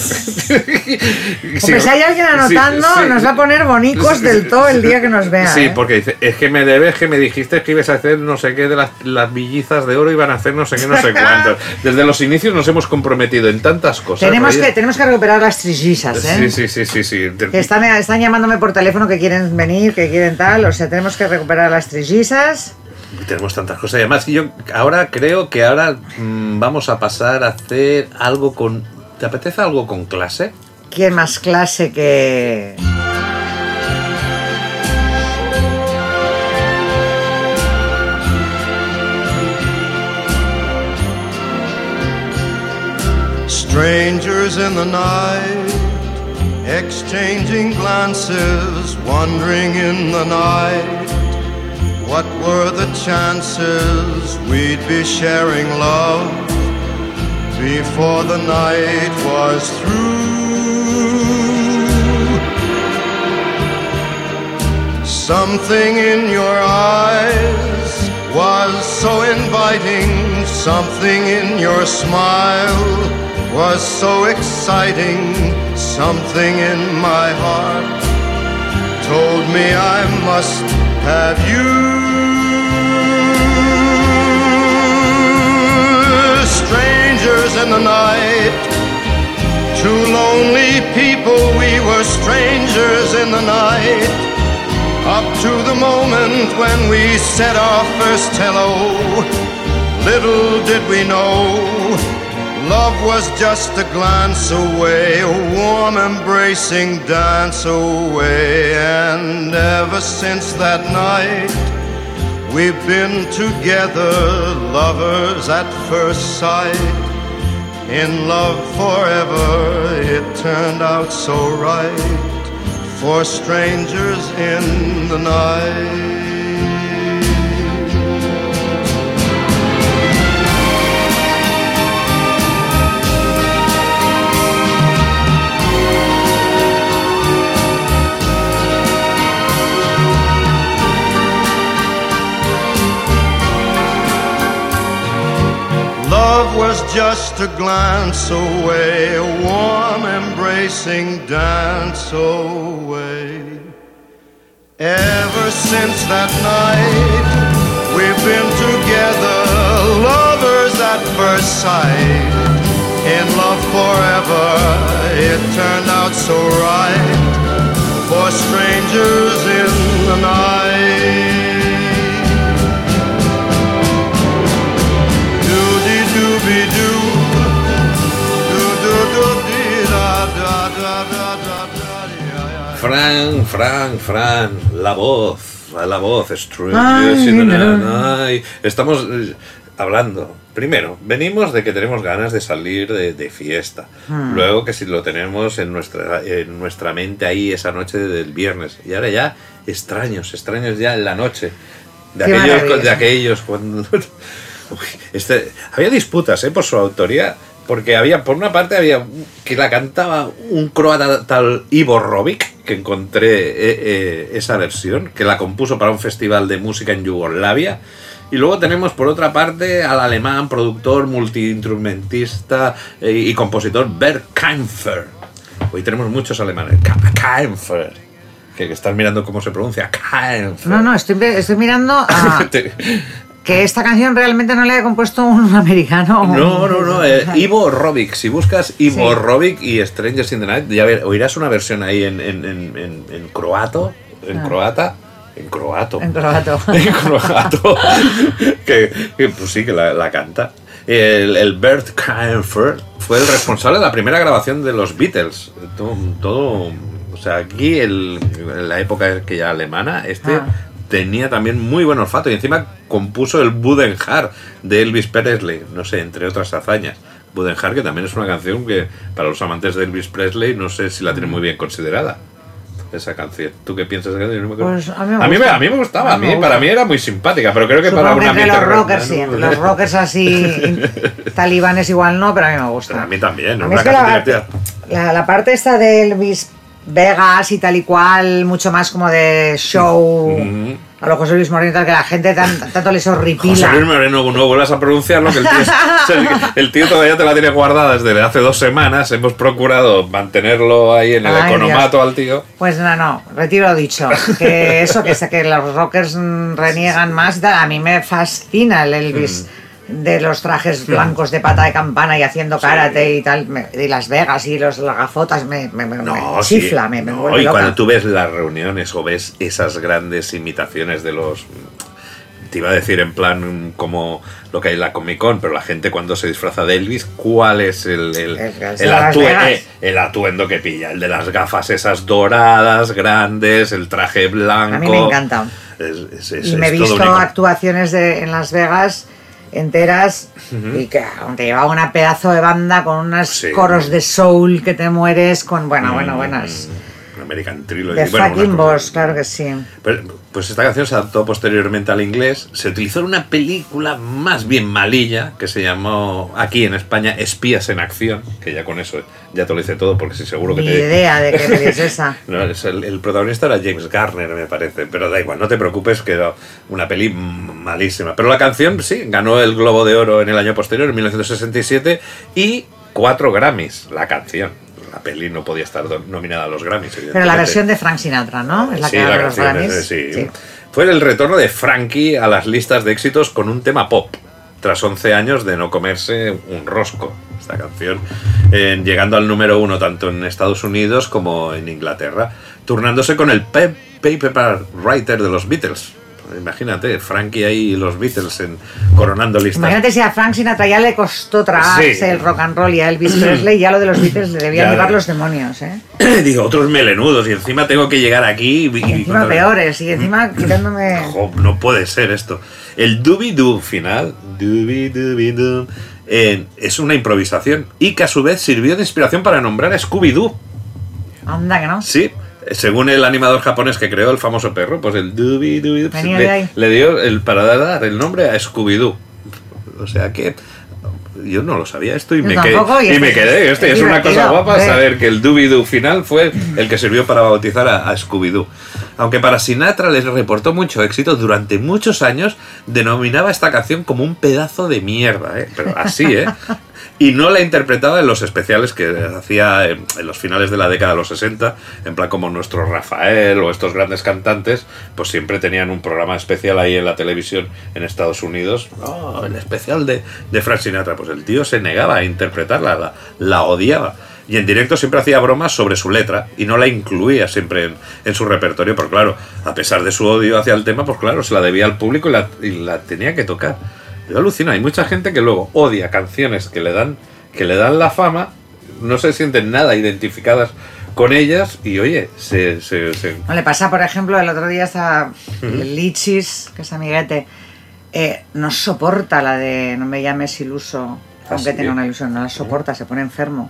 Hombre, si hay alguien anotando, Sí, sí. nos va a poner bonicos del todo el día que nos vea. Sí, ¿eh? porque dice, es que me debes que me dijiste que ibas a hacer no sé qué de las, las villizas de oro, iban a hacer no sé qué, no sé cuántos. Desde los inicios nos hemos comprometido en tantas cosas. Tenemos Reyes. que, tenemos que recuperar las trillizas, ¿eh? Sí, sí, sí, sí, sí. Que están, están llamándome por teléfono que quieren venir, que quieren tal. O sea, tenemos que recuperar las trillizas. Tenemos tantas cosas. Y además, yo ahora creo que ahora mm, vamos a pasar a hacer algo con... ¿Te apetece algo con clase? ¿Quién más clase que...? Strangers in the night, exchanging glances, wandering in the night. What were the chances we'd be sharing love before the night was through? Something in your eyes was so inviting. Something in your smile was so exciting. Something in my heart told me I must have you. Strangers in the night, two lonely people, we were strangers in the night. Up to the moment when we said our first hello, little did we know, love was just a glance away, a warm embracing dance away. And ever since that night, we've been together, lovers at first sight. In love forever, it turned out so right. For strangers in the night. Love was just a glance away, a warm embracing dance away. Ever since that night, we've been together, lovers at first sight. In love forever, it turned out so right. For strangers in the night. Fran, Fran, Fran, la voz, la voz, Strangers in the Night. Estamos eh, hablando. Primero, venimos de que tenemos ganas de salir de, de fiesta. Hmm. Luego que si lo tenemos en nuestra, en nuestra mente ahí esa noche del viernes. Y ahora ya extraños, extraños ya en la noche. De aquellos, de aquellos cuando... Uy, este, había disputas ¿eh? por su autoría, porque había, por una parte había que la cantaba un croata tal Ivo Robic, que encontré eh, eh, esa versión, que la compuso para un festival de música en Yugoslavia, y luego tenemos por otra parte al alemán, productor, multiinstrumentista eh, y compositor Bert Kaempfer. Hoy tenemos muchos alemanes, Kaempfer, que, que están mirando cómo se pronuncia, Kaempfer. No, no, estoy, estoy mirando a... Que esta canción realmente no la ha compuesto un americano. No, no, no. Eh, Ivo Robic. Si buscas Ivo sí. Robic y Strangers in the Night, ya ver, oirás una versión ahí en, en, en, en, en croato, en ah. croata, en croato. En croato. En croato. que, que pues sí, que la, la canta. El, el Bert Kaempfer fue el responsable de la primera grabación de los Beatles. Todo, todo o sea, aquí el, en la época aquella alemana, este... Ah. tenía también muy buen olfato y encima compuso el Budenhart de Elvis Presley, no sé, entre otras hazañas. Budenhart, que también es una canción que para los amantes de Elvis Presley no sé si la tienen muy bien considerada, esa canción. ¿Tú qué piensas de esa canción? Pues a, mí me a, mí me, a mí me gustaba, a mí, me para mí era muy simpática, pero creo que Supongo para una que los rockers sí, los rockers así talibanes igual no, pero a mí me gusta. Pero a mí también, a mí es que la, la, la parte esta de Elvis Vegas y tal y cual, mucho más como de show, mm-hmm. a lo José Luis Moreno, tal, que la gente tan, tanto les horripila. José Luis Moreno, no vuelvas a pronunciarlo, que el tío, el, el tío todavía te la tiene guardada desde hace dos semanas. Hemos procurado mantenerlo ahí en el Ay, economato Dios. Al tío. Pues no, no, retiro lo dicho. Que eso, que, que los rockers reniegan más, a mí me fascina el Elvis. Mm. De los trajes blancos de pata de campana y haciendo karate sí. y tal, me, y Las Vegas y los, las gafotas, me, me, me, no, me chifla, sí. me, me no, vuelve y loca. Cuando tú ves las reuniones o ves esas grandes imitaciones de los... Te iba a decir en plan como lo que hay en la Comic Con, pero la gente cuando se disfraza de Elvis, ¿cuál es el, el, el, el, atue- eh, el atuendo que pilla? El de las gafas esas doradas, grandes, el traje blanco... A mí me encanta. Es, es, es, y me he visto actuaciones de, en Las Vegas... enteras uh-huh. y que te llevaba una pedazo de banda con unos sí. coros de soul que te mueres con bueno, mm, bueno, buenas American Trilogy. De bueno, fucking una cosa- boss, claro que sí. Pero, pues esta canción se adaptó posteriormente al inglés, se utilizó en una película más bien malilla que se llamó aquí en España Espías en Acción, que ya con eso ya te lo hice todo porque sí seguro que Ni te... idea de qué peli es esa. No, es el, el protagonista era James Garner, me parece, pero da igual, no te preocupes, que era una peli malísima. Pero la canción, sí, ganó el Globo de Oro en el año posterior, en mil novecientos sesenta y siete, y cuatro Grammys, la canción. La peli no podía estar do- nominada a los Grammys, Pero la evidentemente. versión de Frank Sinatra, ¿no? Es la Sí, que la gana los canción, Grammys. ese sí. Sí. Fue el retorno de Frankie a las listas de éxitos con un tema pop, tras once años de no comerse un rosco. Esta canción, eh, llegando al número uno tanto en Estados Unidos como en Inglaterra, turnándose con el pe- paper writer de los Beatles. Imagínate, Frankie ahí y los Beatles en, coronando listas. Imagínate si a Frank Sinatra ya le costó tragarse Sí. el rock and roll y a Elvis Presley, ya lo de los Beatles le debían Ya, llevar ya. los demonios, ¿eh? Digo, otros melenudos y encima tengo que llegar aquí y, Y encima peores, y encima quitándome... Jo, no puede ser esto. El doobie-doo final, doobie-doobie-doo, eh, es una improvisación y que a su vez sirvió de inspiración para nombrar a Scooby-Doo. Anda que no. Sí, según el animador japonés que creó el famoso perro, pues el doobie-doobie Venía de le, ahí. le dio el, para dar el nombre a Scooby-Doo. O sea que yo no lo sabía esto y, Yo me, tampoco, quedé, y y es- me quedé. Este es es una cosa divertido, guapa ¿ves? saber que el doobie-doo final fue el que sirvió para bautizar a, a Scooby-Doo. Aunque para Sinatra les reportó mucho éxito, durante muchos años denominaba esta canción como un pedazo de mierda, ¿eh? Pero así, ¿eh? Y no la interpretaba en los especiales que hacía en, en los finales de la década de los sesenta, en plan como nuestro Rafael o estos grandes cantantes, pues siempre tenían un programa especial ahí en la televisión en Estados Unidos. Oh, el especial de, de Frank Sinatra. Pues el tío se negaba a interpretarla, la, la odiaba. Y en directo siempre hacía bromas sobre su letra y no la incluía siempre en, en su repertorio, porque claro, a pesar de su odio hacia el tema, pues claro, se la debía al público y la, y la tenía que tocar. Yo alucino, hay mucha gente que luego odia canciones que le dan, que le dan la fama, no se sienten nada identificadas con ellas y oye, se... se, se- No le pasa, por ejemplo, el otro día está el Lichis, que es amiguete, eh, no soporta la de No me llames iluso, aunque ¿sí? tenga una ilusión, no la soporta, se pone enfermo.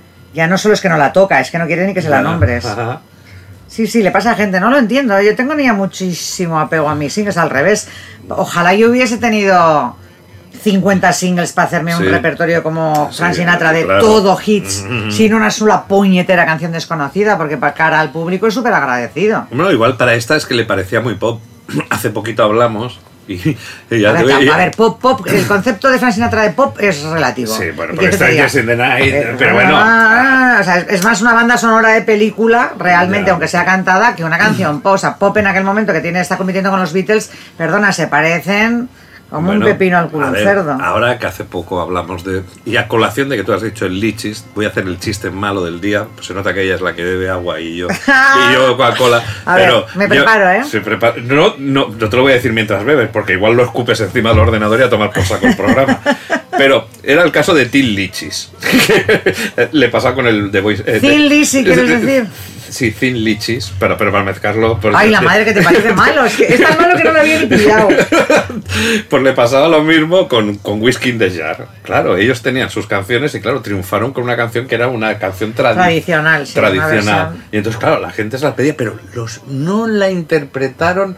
Ya no solo es que no la toca, es que no quiere ni que se la nombres. Ajá. Sí, sí, le pasa a gente, no lo entiendo. Yo tengo ya muchísimo apego a mí, sí, que es al revés. Ojalá yo hubiese tenido cincuenta singles para hacerme un Sí. repertorio como Sí, Frank Sinatra de claro. todo hits, Mm. sin una sola puñetera canción desconocida, porque para cara al público es súper agradecido. Bueno, igual para esta es que le parecía muy pop. Hace poquito hablamos y, y ya A te ver, veía- a ver, pop, pop, el concepto de Frank Sinatra de pop es relativo. Sí, bueno, ¿Y porque qué te diga? Strangers in the Night, Eh, pero bueno. ah, o sea, es- es más una banda sonora de película, realmente, Ya. aunque sea cantada, que una canción pop. O sea, pop en aquel momento que tiene, está compitiendo con los Beatles, perdona, se parecen como Bueno, un pepino al culo a un ver, cerdo. Ahora que hace poco hablamos de... Y a colación de que tú has dicho el lichis, voy a hacer el chiste malo del día. Pues se nota que ella es la que bebe agua y yo, y yo Coca-Cola. A pero ver, me yo- preparo, ¿eh? se prepara- no, no, no te lo voy a decir mientras bebes, porque igual lo escupes encima del ordenador y a tomar por saco el programa. Pero era el caso de Till Lichis. Le pasa con el The Voice... eh, Thin de- Lizzy, ¿quieres decir? Sí, Thin Lichis, pero, pero para mezclarlo... Pues, Ay, la madre que te parece malo, es que es tan malo que no lo había ni pillado. Pues le pasaba lo mismo con, con Whiskey in the Jar. Claro, ellos tenían sus canciones y claro, triunfaron con una canción que era una canción tradi- Tradicional, sí, una tradicional. versión. Y entonces, claro, la gente se la pedía, pero los no la interpretaron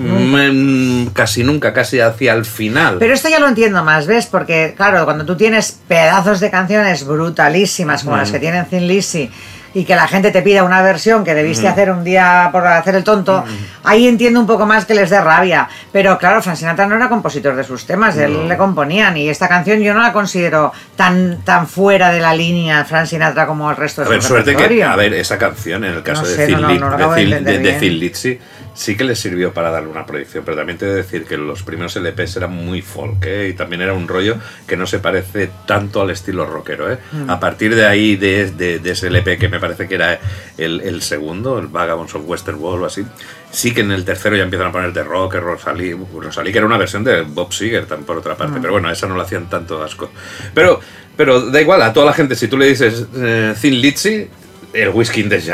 mm, casi nunca, casi hacia el final. Pero esto ya lo entiendo más, ¿ves? Porque, claro, cuando tú tienes pedazos de canciones brutalísimas como Mm. las que tienen Thin Lizzy y que la gente te pida una versión que debiste Mm. hacer un día por hacer el tonto, ahí entiendo un poco más que les dé rabia. Pero claro, Frank Sinatra no era compositor de sus temas, él le componían y esta canción yo no la considero tan, tan fuera de la línea Frank Sinatra como el resto A de ver, su suerte que, repertorio. a ver, esa canción en el caso No de sé, Thin no, no, Li- no lo de acabo de Thin- entender de- de bien. Thin Lizzy, sí que le sirvió para darle una proyección, pero también te he de decir que los primeros L Pes eran muy folk, ¿eh? Y también era un rollo que no se parece tanto al estilo rockero, ¿eh? Mm. A partir de ahí, de, de- de ese L P que me parece que era el, el segundo, el Vagabonds of Western World o así, sí que en el tercero ya empiezan a poner de rock, Rosalí, Rosalí que era una versión de Bob Seger, tan por otra parte, Mm. pero bueno, esa no la hacían tanto asco. Pero, pero da igual, a toda la gente, si tú le dices eh, Thin Lizzy, el Whiskey in the Jar,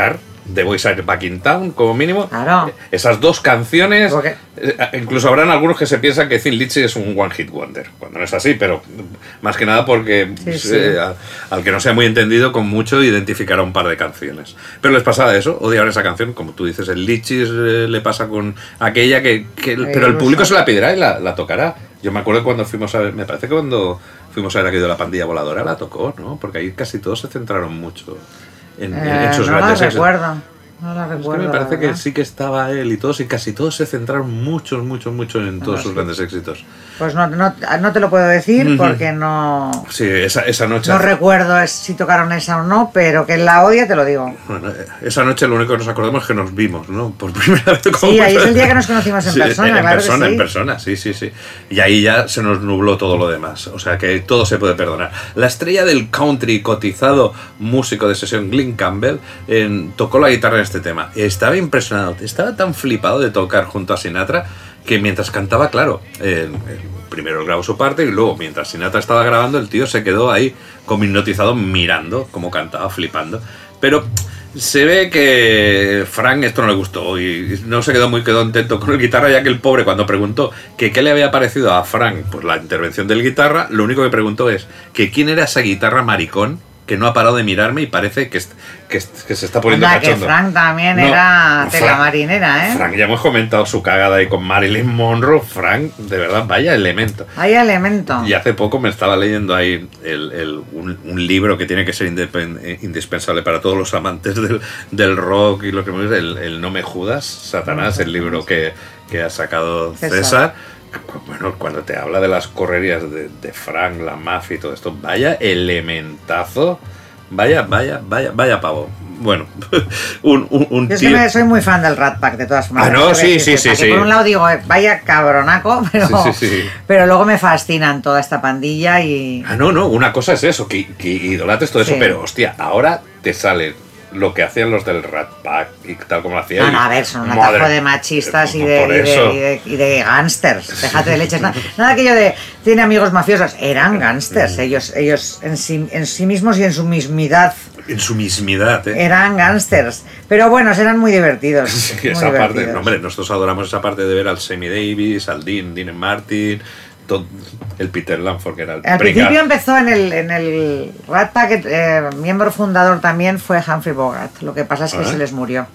The Boys Are Back in Town, como mínimo. Claro. Esas dos canciones, Porque... eh, incluso habrán algunos que se piensan que Thin Lizzy es un One Hit Wonder, cuando no es así, pero más que nada porque Sí, pues, sí. eh, al, al que no sea muy entendido, con mucho identificará un par de canciones. Pero les pasaba eso, odiaban esa canción, como tú dices, el Lichis eh, le pasa con aquella que... que el- pero el público se la pedirá y la, la tocará. Yo me acuerdo cuando fuimos a ver, me parece que cuando fuimos a ver aquello de la pandilla voladora la tocó, ¿no? Porque ahí casi todos se centraron mucho en, en- en Eh, sus no la grandes éxitos. recuerdo. No la Es que recuerdo. me parece la que verdad. sí que estaba él y todos, y casi todos se centraron muchos, muchos, muchos en todos Ah, sus sí. grandes éxitos. Pues no, no, no te lo puedo decir Ujú. porque no, Sí, esa, esa noche... no recuerdo es- si tocaron esa o no, pero que la odia te lo digo. Bueno, eh, esa noche lo único que nos acordamos es que nos vimos, ¿no? Por primera vez. como Sí, ahí es muchas- el día que nos conocimos en Sí, persona, en claro que persona, sí. en persona, sí, sí, sí. Y ahí ya se nos nubló todo lo demás. O sea que todo se puede perdonar. La estrella del country, cotizado músico de sesión, Glenn Campbell, en- tocó la guitarra en este tema. Estaba impresionado, estaba tan flipado de tocar junto a Sinatra que mientras cantaba, claro, eh, eh, primero él grabó su parte y luego mientras Sinatra estaba grabando el tío se quedó ahí como hipnotizado mirando cómo cantaba, flipando. Pero se ve que Frank esto no le gustó y no se quedó muy contento con el guitarra, ya que el pobre cuando preguntó que qué le había parecido a Frank pues la intervención del guitarra, lo único que preguntó es que quién era esa guitarra maricón que no ha parado de mirarme y parece que, est- que, est- que se está poniendo Anda, que cachondo. Frank también No, era tela Frank- marinera, ¿eh? Frank, ya hemos comentado su cagada ahí con Marilyn Monroe. Frank, de verdad, vaya elemento. Hay elemento. Y hace poco me estaba leyendo ahí el, el- un, un libro que tiene que ser indepen- eh, indispensable para todos los amantes del, del rock y lo que me el, el No me judas, Satanás, el libro que, que ha sacado César. César. Bueno, cuando te habla de las correrías de, de Frank, la mafia y todo esto, vaya elementazo, vaya, vaya, vaya, vaya pavo. Bueno, un, un, un Yo es que tío... me- soy muy fan del Rat Pack, de todas formas. Ah, no, Tengo que sí, decirte, sí, sí, porque sí. Por un lado digo, eh, vaya cabronaco, pero, Sí, sí, sí. pero luego me fascinan toda esta pandilla y... Ah, no, no, una cosa es eso, que, que idolatres todo eso, Sí. pero hostia, ahora te sale lo que hacían los del Rat Pack y tal como lo hacían. No, no, y- a ver, son un madre, atajo de machistas y por de, y de, eso. y de, y de gángsters. Déjate de leches. Nada, nada aquello de tiene amigos mafiosos. Eran gángsters. Ellos, ellos en sí, en sí mismos y en su mismidad En su mismidad, ¿eh? eran gángsters. Pero bueno, eran muy divertidos. Sí, muy esa parte, divertidos. no, hombre, nosotros adoramos esa parte de ver al Sammy Davis, al Dean, Dean Martin, todo, el Peter Lanford, que era el Al pringa- principio empezó en el, en el Rat Pack, eh, miembro fundador también fue Humphrey Bogart. Lo que pasa es que Ah. se les murió.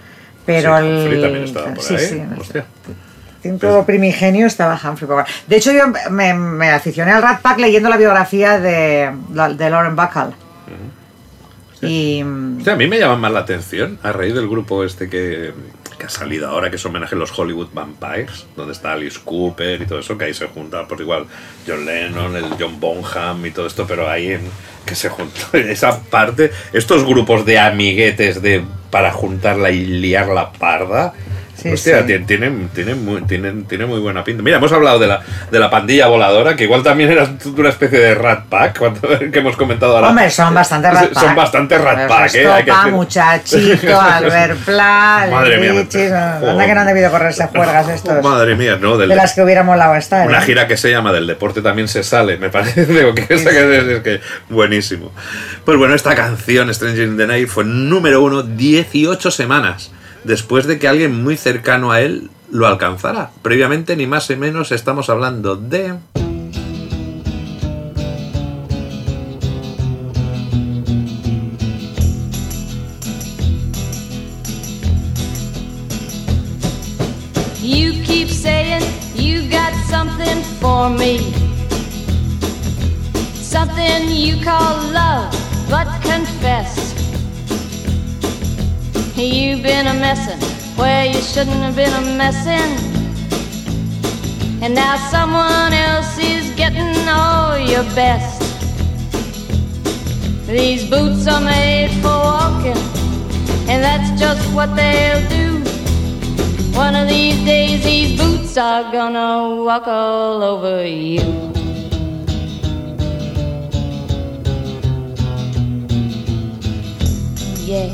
Pero Sí, el. Humphrey también estaba por sí, ahí, sí. hostia. Dentro primigenio estaba Humphrey Bogart. De hecho, yo me, me aficioné al Rat Pack leyendo la biografía de, de Lauren Bacall. Y. O sea, a mí me llama más la atención a raíz del grupo este que, que ha salido ahora, que es homenaje a los Hollywood Vampires, donde está Alice Cooper y todo eso, que ahí se junta, por igual, John Lennon, el John Bonham y todo esto, pero ahí en que se juntó esa parte, estos grupos de amiguetes de para juntarla y liar la parda. Sí, Hostia, sí. ti- tienen, tienen, muy, tienen, tienen muy buena pinta. Mira, hemos hablado de la, de la pandilla voladora, que igual también era una especie de Rat Pack, cuando, que hemos comentado ahora. Hombre, son bastante Rat Pack. Son bastante Rat Pack, ¿eh? Hay que Estopa, decir- Muchachito, Albert Pla, Madre mía, Richie, joder. anda que no han debido correrse juergas estos. Madre mía, no, del, De las que hubiera molado estar. una ¿eh? gira que se llama Del deporte también se sale, me parece. Digo, que esa que es, es que buenísimo. Pues bueno, esta canción, Stranger in the Night, fue número uno dieciocho semanas después de que alguien muy cercano a él lo alcanzara. Previamente, ni más ni menos, estamos hablando de... You keep saying you got something for me. Something you call love, but confess. You've been a messin' where you shouldn't have been a messin'. And now someone else is getting all your best. These boots are made for walking, and that's just what they'll do. One of these days these boots are gonna walk all over you. Yeah.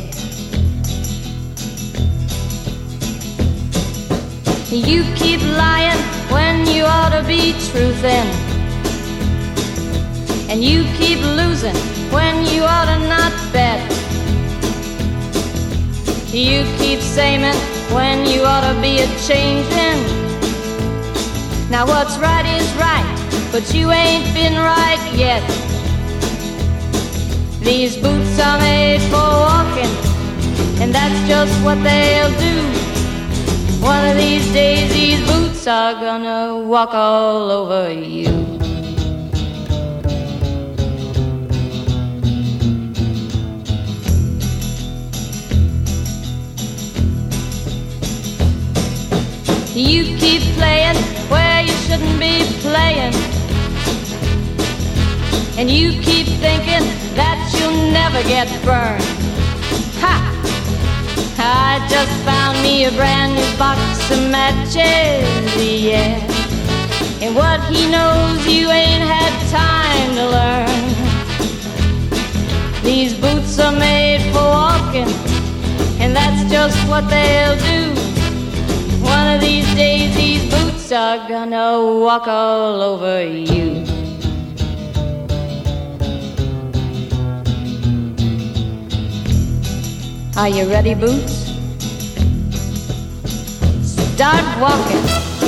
You keep lying when you ought to be truthin'. And you keep losing when you ought to not bet. You keep saying when you ought to be a changing. Now what's right is right, but you ain't been right yet. These boots are made for walking, and that's just what they'll do. One of these days these boots are gonna walk all over you. You keep playing where you shouldn't be playing, and you keep thinking that you'll never get burned. Ha! I just found me a brand new box of matches, yeah. And what he knows you ain't had time to learn. These boots are made for walking, and that's just what they'll do. One of these days these boots are gonna walk all over you. Are you ready, Boots? Start walking.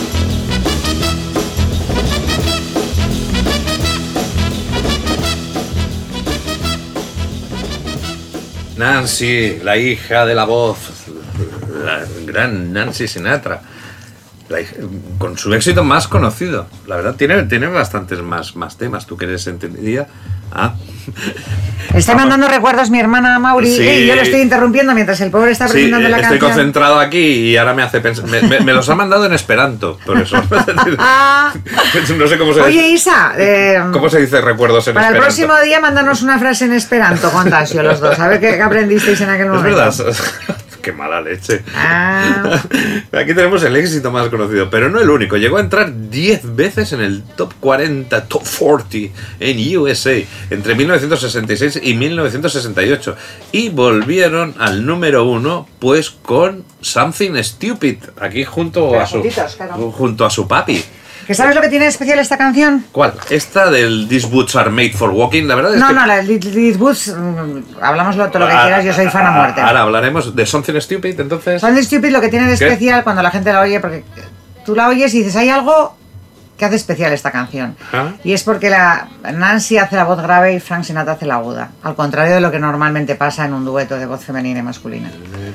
Nancy, la hija de la voz, la gran Nancy Sinatra, la hija- con su éxito más conocido. La verdad, tiene, tiene bastantes más, más temas. ¿Tú que eres entendida? Ah. Está mandando recuerdos mi hermana Mauri Sí. y yo lo estoy interrumpiendo mientras el pobre está Sí, presentando la estoy canción. concentrado aquí y ahora me hace pensar. Me, me- me los ha mandado en esperanto, por eso. Ah, No sé cómo se oye, dice. Isa, eh, ¿Cómo se dice recuerdos en para el esperanto? próximo día mandarnos una frase en esperanto con Tasio, los dos, a ver qué, qué aprendisteis en aquel Es momento. verdad. Qué mala leche. Ah. Aquí tenemos el éxito más conocido, pero no el único. Llegó a entrar diez veces en el top cuarenta, top cuarenta en U S A entre mil novecientos sesenta y seis y mil novecientos sesenta y ocho. Y volvieron al número uno, pues con Something Stupid, aquí junto Pero a su juntitos, claro. junto a su papi. ¿Que sabes lo que tiene de especial esta canción? ¿Cuál? Esta del These Boots Are Made for Walking, la verdad es No, que... no, la de These Boots, mm, hablamos lo- todo lo que Ah, quieras, yo soy fan a muerte. Ahora hablaremos de Something Stupid, entonces... Something Stupid lo que tiene de ¿Qué? especial cuando la gente la oye, porque tú la oyes y dices, hay algo que hace especial esta canción. ¿Ah? Y es porque la Nancy hace la voz grave y Frank Sinatra hace la aguda. Al contrario de lo que normalmente pasa en un dueto de voz femenina y masculina.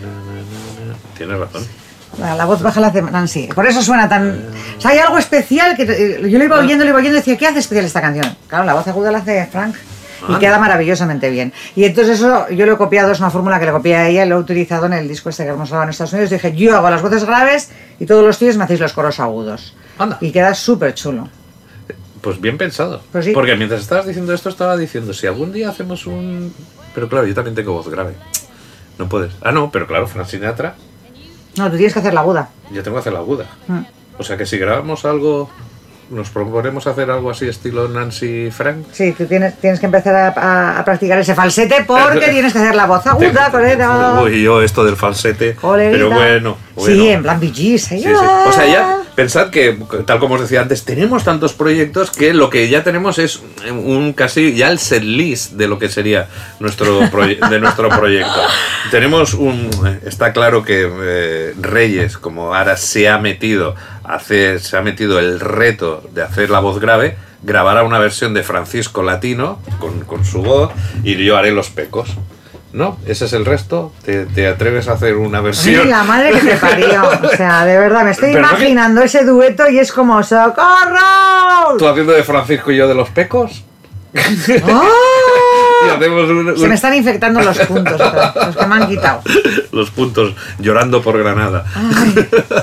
Tienes razón. La, la voz baja la hace Nancy. Por eso suena tan... O sea, hay algo especial que eh, yo lo iba oyendo, lo iba oyendo y decía, ¿qué hace especial esta canción? Claro, la voz aguda la hace Frank. Y Ah. queda maravillosamente bien. Y entonces eso yo lo he copiado, es una fórmula que le copié a ella y lo he utilizado en el disco este que hemos grabado en Estados Unidos. Dije, yo hago las voces graves y todos los tíos me hacéis los coros agudos. Anda. Y queda súper chulo. Pues bien pensado. Pues sí. Porque mientras estabas diciendo esto, estaba diciendo, si algún día hacemos un... Pero claro, yo también tengo voz grave. No puedes. Ah, no, pero claro, Frank Sinatra, No, tú tienes que hacer la aguda. yo tengo que hacer la aguda. Mm. O sea que si grabamos algo, nos proponemos hacer algo así estilo Nancy Frank. Sí, tú tienes, tienes que empezar a, a- a practicar ese falsete porque tienes que hacer la voz aguda, colera. Uy, yo esto del falsete. Colerita. Pero bueno, bueno. Sí, en plan Bee Gees. Sí, sí. O sea, ya pensad que, tal como os decía antes, tenemos tantos proyectos que lo que ya tenemos es un casi ya el set list de lo que sería nuestro proye- de nuestro proyecto. Tenemos un... Está claro que eh, Reyes, como ahora se ha metido a hacer, se ha metido el reto de hacer la voz grave, grabará una versión de Francisco Latino con, con su voz y yo haré los pecos. ¿No? Ese es el resto. ¿Te, te atreves a hacer una versión? Ay, la madre que te parió. O sea, de verdad, me estoy Pero no que- imaginando ese dueto y es como ¡socorro! ¿Tú haciendo de Francisco y yo de los pecos? ¡Oh! Y hacemos un- Se un- me están infectando los puntos, otra vez, los que me han quitado. los puntos llorando por Granada. Ay,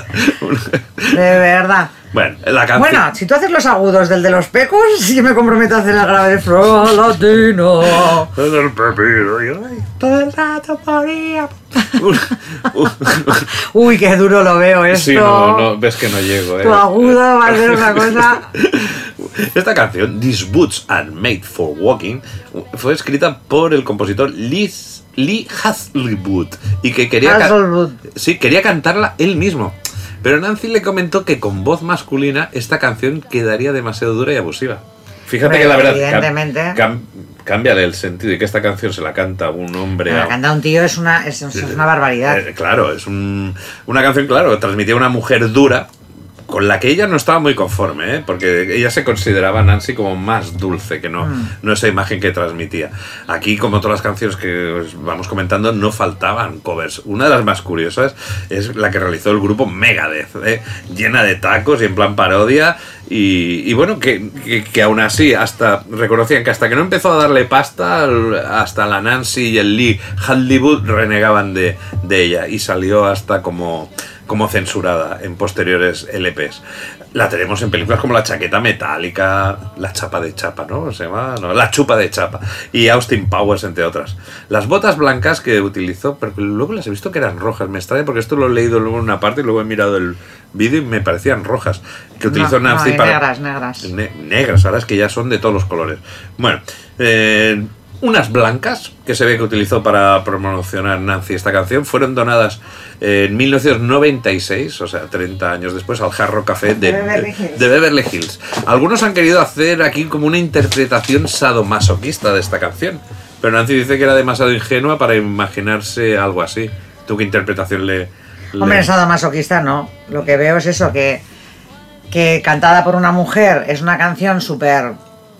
de verdad. Bueno, la canción. Bueno, si tú haces los agudos del de los pecos, yo me comprometo a hacer el grave de Fro Latino. El pepino, y ay, todo el rato moría. Uy, qué duro lo veo esto. Sí, no, no, ves que no llego, eh. Tu agudo va a ser una cosa. Esta canción, These Boots Are Made for Walking, fue escrita por el compositor Lee, Lee Hasselwood y que quería, ca- Hasselwood. sí, quería cantarla él mismo. Pero Nancy le comentó que con voz masculina esta canción quedaría demasiado dura y abusiva. Fíjate Hombre, que la verdad cam- evidentemente. cam- cámbiale el sentido y que esta canción se la canta un hombre. La a- canta un tío es una, es, es una barbaridad. Eh, claro, es un- una canción, claro, transmitía una mujer dura con la que ella no estaba muy conforme, ¿eh? Porque ella se consideraba Nancy como más dulce que no, Mm. no esa imagen que transmitía. Aquí, como todas las canciones que os vamos comentando, no faltaban covers. Una de las más curiosas es la que realizó el grupo Megadeth, ¿eh? Llena de tacos y en plan parodia. Y, y bueno, que, que, que aún así, hasta reconocían que hasta que no empezó a darle pasta, hasta la Nancy y el Lee Hollywood renegaban de, de ella y salió hasta como, como censurada en posteriores L Ps. La tenemos en películas como La chaqueta metálica, La chapa de chapa, ¿no? Se llama, no, La chupa de chapa y Austin Powers, entre otras. Las botas blancas que utilizó, pero luego las he visto que eran rojas, me extraña porque esto lo he leído luego en una parte y luego he mirado el vídeo y me parecían rojas, que utilizó No, no, Nancy y para... negras, negras. Ne- negras, ahora es que ya son de todos los colores. Bueno, eh, unas blancas que se ve que utilizó para promocionar Nancy esta canción fueron donadas eh, en mil novecientos noventa y seis, o sea, treinta años después, al Hard Rock Café de, De Beverly Hills. de Beverly Hills. Algunos han querido hacer aquí como una interpretación sadomasoquista de esta canción, pero Nancy dice que era demasiado ingenua para imaginarse algo así. ¿Tú qué interpretación le...? le- Hombre, sadomasoquista no. Lo que veo es eso, que, que cantada por una mujer es una canción súper,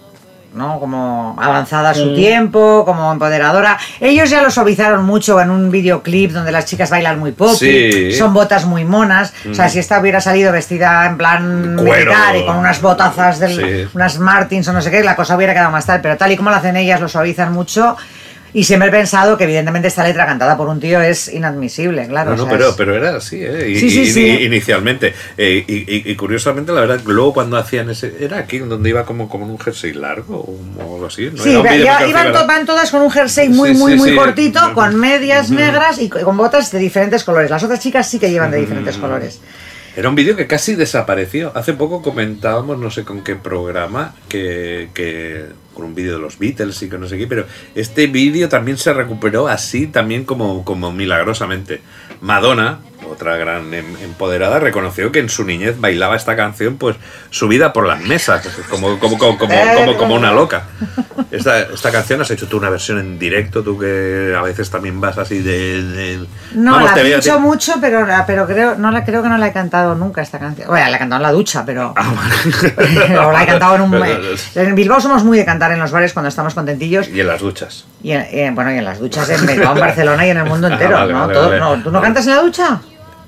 ¿no? Como avanzada a su Mm. tiempo, como empoderadora. Ellos ya lo suavizaron mucho en un videoclip donde las chicas bailan muy pop, Sí. son botas muy monas. O sea, Mm. si esta hubiera salido vestida en plan Cuero. militar y con unas botazas, del, Sí. unas Martins o no sé qué, la cosa hubiera quedado más tal. Pero tal y como lo hacen ellas, lo suavizan mucho. Y siempre he pensado que evidentemente esta letra cantada por un tío es inadmisible, claro. No, no, o sea, pero, es- pero era así, ¿eh? Y- Sí, sí, y- sí. y- inicialmente. Eh, y, y- y curiosamente, la verdad, luego cuando hacían ese. Era aquí donde iba como, como en un jersey largo o algo así. ¿no? Sí, Era un iba- vídeo iba- muy iban, conocido, to- van todas con un jersey muy, Sí, muy, sí, muy sí. cortito, con medias Ujú. negras y co- con botas de diferentes colores. Las otras chicas sí que llevan de diferentes colores. Era un vídeo que casi desapareció. Hace poco comentábamos, no sé con qué programa, que, que con un vídeo de los Beatles y que no sé qué, pero este vídeo también se recuperó así, también como, como milagrosamente. Madonna, otra gran em- empoderada, reconoció que en su niñez bailaba esta canción, pues subida por las mesas, como, como, como, como, como, como una loca. Esta, esta canción has hecho tú una versión en directo, tú que a veces también vas así de... de- No, Vamos, la te veo- pincho te- mucho, pero, la- pero creo, no la, creo que no la he cantado nunca esta canción. Bueno, la he cantado en la ducha, pero... o la he cantado en un... En Bilbao somos muy de cantar en los bares cuando estamos contentillos. Y en las duchas. Y en, en- bueno, y en las duchas en Bilbao, en Barcelona y en el mundo Ah, entero, vale, ¿no? vale, Todo- vale. no, ¿Tú no cantas en la ducha?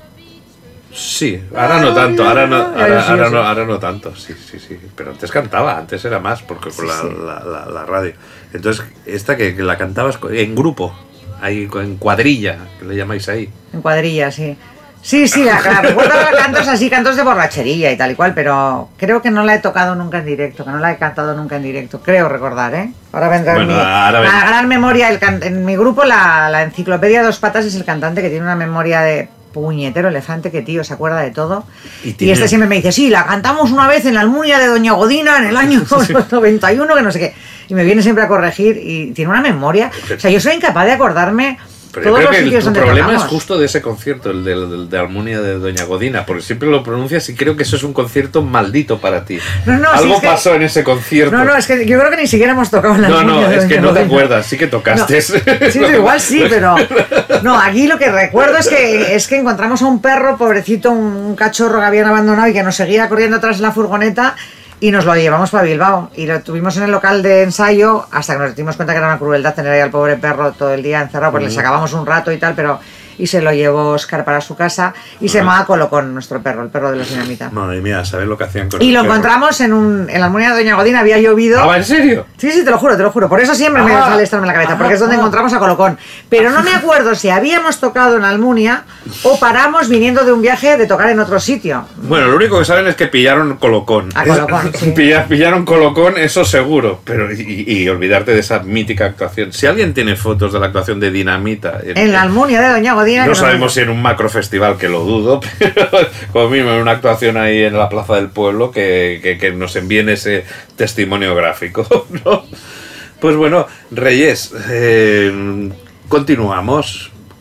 Sí, ahora no tanto, ahora no, Ay, ahora, sí, ahora sí. no, ahora no tanto, sí, sí, sí. Pero antes cantaba, antes era más, porque con Sí, la, sí. La, la- la radio. Entonces, esta que, que la cantabas co- en grupo, ahí en cuadrilla, que le llamáis ahí. En cuadrilla, sí. Sí, sí, la, la recuerdo que la cantos así, cantos de borrachería y tal y cual, pero creo que no la he tocado nunca en directo, que no la he cantado nunca en directo, creo recordar, ¿eh? Ahora vendrá Bueno, mi, ahora la vendrá. gran memoria, el can- en mi grupo la, la enciclopedia Dos Patas es el cantante que tiene una memoria de puñetero elefante, que tío se acuerda de todo. Y Y, tiene- este siempre me dice, sí, la cantamos una vez en la Almunia de Doña Godina en el año noventa y uno, que no sé qué. Y me viene siempre a corregir y tiene una memoria. O sea, yo soy incapaz de acordarme Pero yo todos creo los que el, sitios tu donde problema tocamos. es justo de ese concierto, el de, el de Almunia de Doña Godina, porque siempre lo pronuncias y creo que eso es un concierto maldito para ti. No, no, Algo sí, es que- pasó en ese concierto. No, no, es que yo creo que ni siquiera hemos tocado en la no, Almunia no, de es que Doña no te Godina. acuerdas, sí que tocaste. Sí, sí, igual sí, pero no, aquí lo que recuerdo es que es que encontramos a un perro, pobrecito, un cachorro que habían abandonado y que nos seguía corriendo atrás de la furgoneta y nos lo llevamos para Bilbao y lo tuvimos en el local de ensayo hasta que nos dimos cuenta que era una crueldad tener ahí al pobre perro todo el día encerrado, pues le sacábamos un rato y tal, pero y se lo llevó Oscar para su casa y se llamaba Colocón, nuestro perro, el perro de los dinamita. Madre mía, ¿sabes lo que hacían con Y el lo perro? encontramos en un en la Almunia de Doña Godina, había llovido. Ah, ¿en serio? Sí, sí, te lo juro, te lo juro. Por eso siempre me Ah. sale esto en la cabeza, porque es donde Ah. encontramos a Colocón. Pero no me acuerdo si habíamos tocado en Almunia o paramos viniendo de un viaje de tocar en otro sitio. Bueno, lo único que saben es que pillaron Colocón. A Colocón, sí. Pilla- pillaron Colocón, eso seguro. Pero y, y olvidarte de esa mítica actuación. Si alguien tiene fotos de la actuación de Dinamita En la Almunia de Doña Godina. no que sabemos si en un macro festival, que lo dudo, pero como mínimo en una actuación ahí en la Plaza del Pueblo, que, que- que nos envíen ese testimonio gráfico, ¿no? Pues bueno, Reyes, eh, continuamos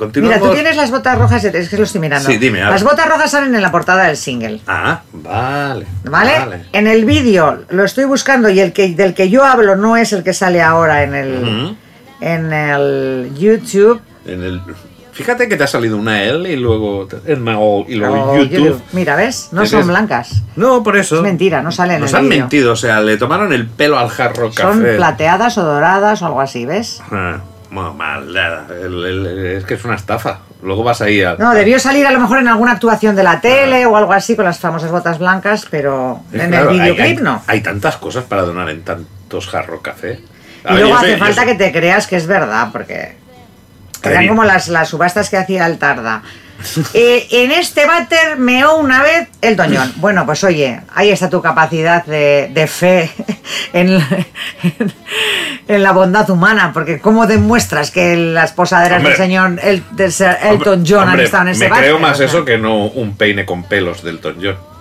continuamos. Mira, tú tienes las botas rojas, es que lo estoy mirando. Sí, dime, Las botas rojas salen en la portada del single. Ah, vale. ¿Vale? Vale. En el vídeo lo estoy buscando y el que del que yo hablo no es el que sale ahora en el, Ujú. en el YouTube. En el... Fíjate que te ha salido una L y luego en Mao y luego O YouTube. Mira, ¿ves? No Es son que es- blancas. No, por eso. Es mentira, no sale en Nos el han vídeo. mentido, o sea, le tomaron el pelo al Hard Rock Son Café. plateadas o doradas o algo así, ¿ves? Ah, bueno, maldada. El- el- es que es una estafa. Luego vas ahí a... No, debió salir a lo mejor en alguna actuación de la tele o algo así con las famosas botas blancas, pero Eh, en claro, el hay- videoclip hay, no. Hay tantas cosas para donar en tantos Hard Rock Café. Y luego hace falta que te creas que es verdad, porque eran Cari- como las, las subastas que hacía el Tarda. Eh, en este váter meó una vez el Toñón. Bueno, pues oye, ahí está tu capacidad de, de fe en, la- en, en la bondad humana, porque ¿cómo demuestras que las posaderas Hombre. del señor el, del ser Elton John han Hombre, estado en ese me váter? creo más O sea, eso que no un peine con pelos del Elton John.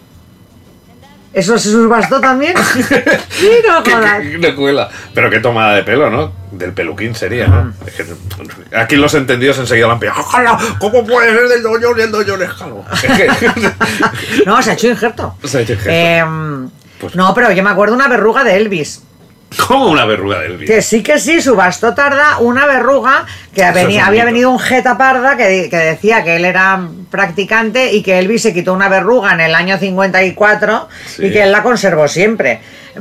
¿Eso se subastó también? Sí, no Que- jodas. que- que cuela. Pero qué tomada de pelo, ¿no? Del peluquín sería, ¿no? Es que- aquí los entendidos enseguida la han pillado. ¡Ojalá! ¿Cómo puede ser del Elton John y el Elton John es calvo? Es que- No, se ha hecho injerto. Se ha hecho injerto. Eh, Pues- no, pero yo me acuerdo una verruga de Elvis. Como una verruga del vídeo. Que sí, que sí, subastó Tarda una verruga que Eso es venía, un había mito. venido un jeta parda que, di- que decía que él era practicante y que Elvis se quitó una verruga en el año cincuenta y cuatro Sí. y que él la conservó siempre.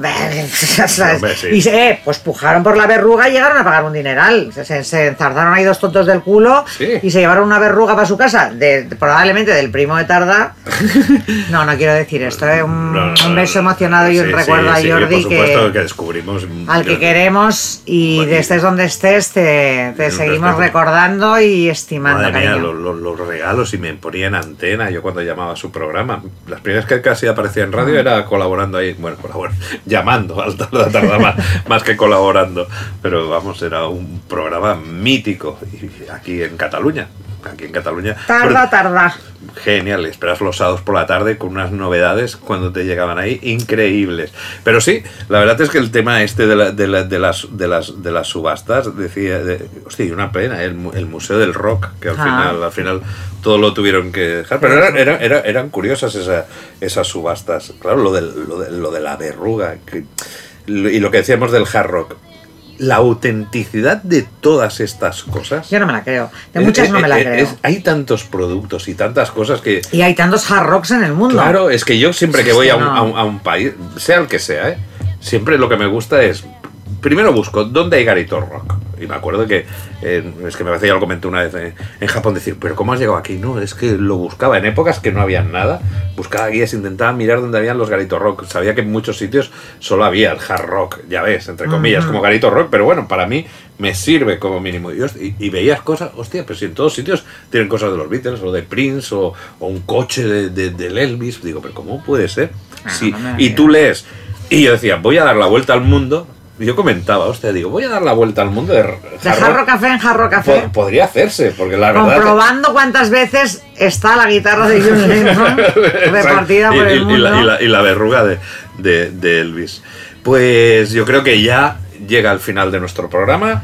Hombre, sí. Y se, eh, pues pujaron por la verruga y llegaron a pagar un dineral. Se, se, se enzarzaron ahí dos tontos del culo Sí. y se llevaron una verruga para su casa, de, probablemente del primo de Tarda. No, no quiero decir esto, ¿eh? un, No, no, un beso no, no. emocionado y un Sí, recuerdo sí, a sí, Jordi por supuesto que, que descubrimos al que yo- queremos y Bueno, de y- estés donde estés te, te y un seguimos respeto. recordando y estimando, Madre mía, cariño. los, los- los regalos y me ponía en antena yo cuando llamaba a su programa. Las primeras que casi aparecía en radio era colaborando ahí, bueno, colaborando, llamando al Tarda Tarda más, más que colaborando. Pero vamos, era un programa mítico y aquí en Cataluña. Aquí en Cataluña. Tarda, tarda. Genial, esperas los sábados por la tarde con unas novedades cuando te llegaban ahí increíbles. Pero sí, la verdad es que el tema este de, la- de, la- de las, de, las, de las subastas decía, de, hostia, y una pena, el, mu- el Museo del Rock, que al Ah. final al final todo lo tuvieron que dejar. Pero eran, eran, eran, eran curiosas esa- esas subastas. Claro, lo, del, lo, de, lo de la verruga que, y lo que decíamos del hard rock. La autenticidad de todas estas cosas. Yo no me la creo. De muchas no me la Eh, eh, creo. es- hay tantos productos y tantas cosas que, Y hay tantos hard rocks en el mundo. claro, es que yo siempre que Es voy que a un, no. a un- a un país, sea el que sea, ¿eh? siempre lo que me gusta es, primero busco dónde hay garito rock. Y me acuerdo que, eh, es que me parece, ya lo comenté una vez eh, en Japón, decir, pero ¿cómo has llegado aquí? No, es que lo buscaba en épocas que no había nada, buscaba guías, intentaba mirar dónde habían los garitos rock. Sabía que en muchos sitios solo había el hard rock, ya ves, entre comillas, como garito rock, pero bueno, para mí me sirve como mínimo. Y, host- y- y veías cosas, hostia, pero si en todos sitios tienen cosas de los Beatles o de Prince o, o un coche de, de- del Elvis, digo, pero ¿cómo puede ser? Ah, Sí, no me y digas. tú lees, y yo decía, voy a dar la vuelta al mundo. Y yo comentaba, hostia, digo, voy a dar la vuelta al mundo de De hard jarro rock. café en jarro café. Po- podría hacerse, porque la verdad. Comprobando cuántas veces está la guitarra de John Lennon repartida Y- por y- el y mundo. la, y la- y la verruga de, de- de Elvis. Pues yo creo que ya llega el final de nuestro programa.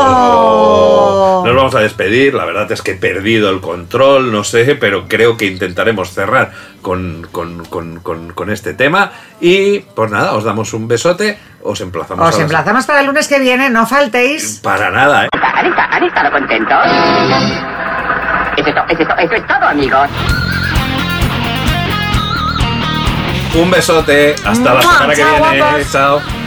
Oh. Nos vamos a despedir. La verdad es que he perdido el control, no sé, pero creo que intentaremos cerrar con, con- con- con- con este tema. Y pues nada, os damos un besote. Os emplazamos Os a la- emplazamos para el lunes que viene, no faltéis. Para nada, ¿eh? ¿Han, han estado contentos? Eso es, to- eso es to- eso es todo, amigos. Un besote. Hasta la Mua, semana que chao, viene. guapos. Chao.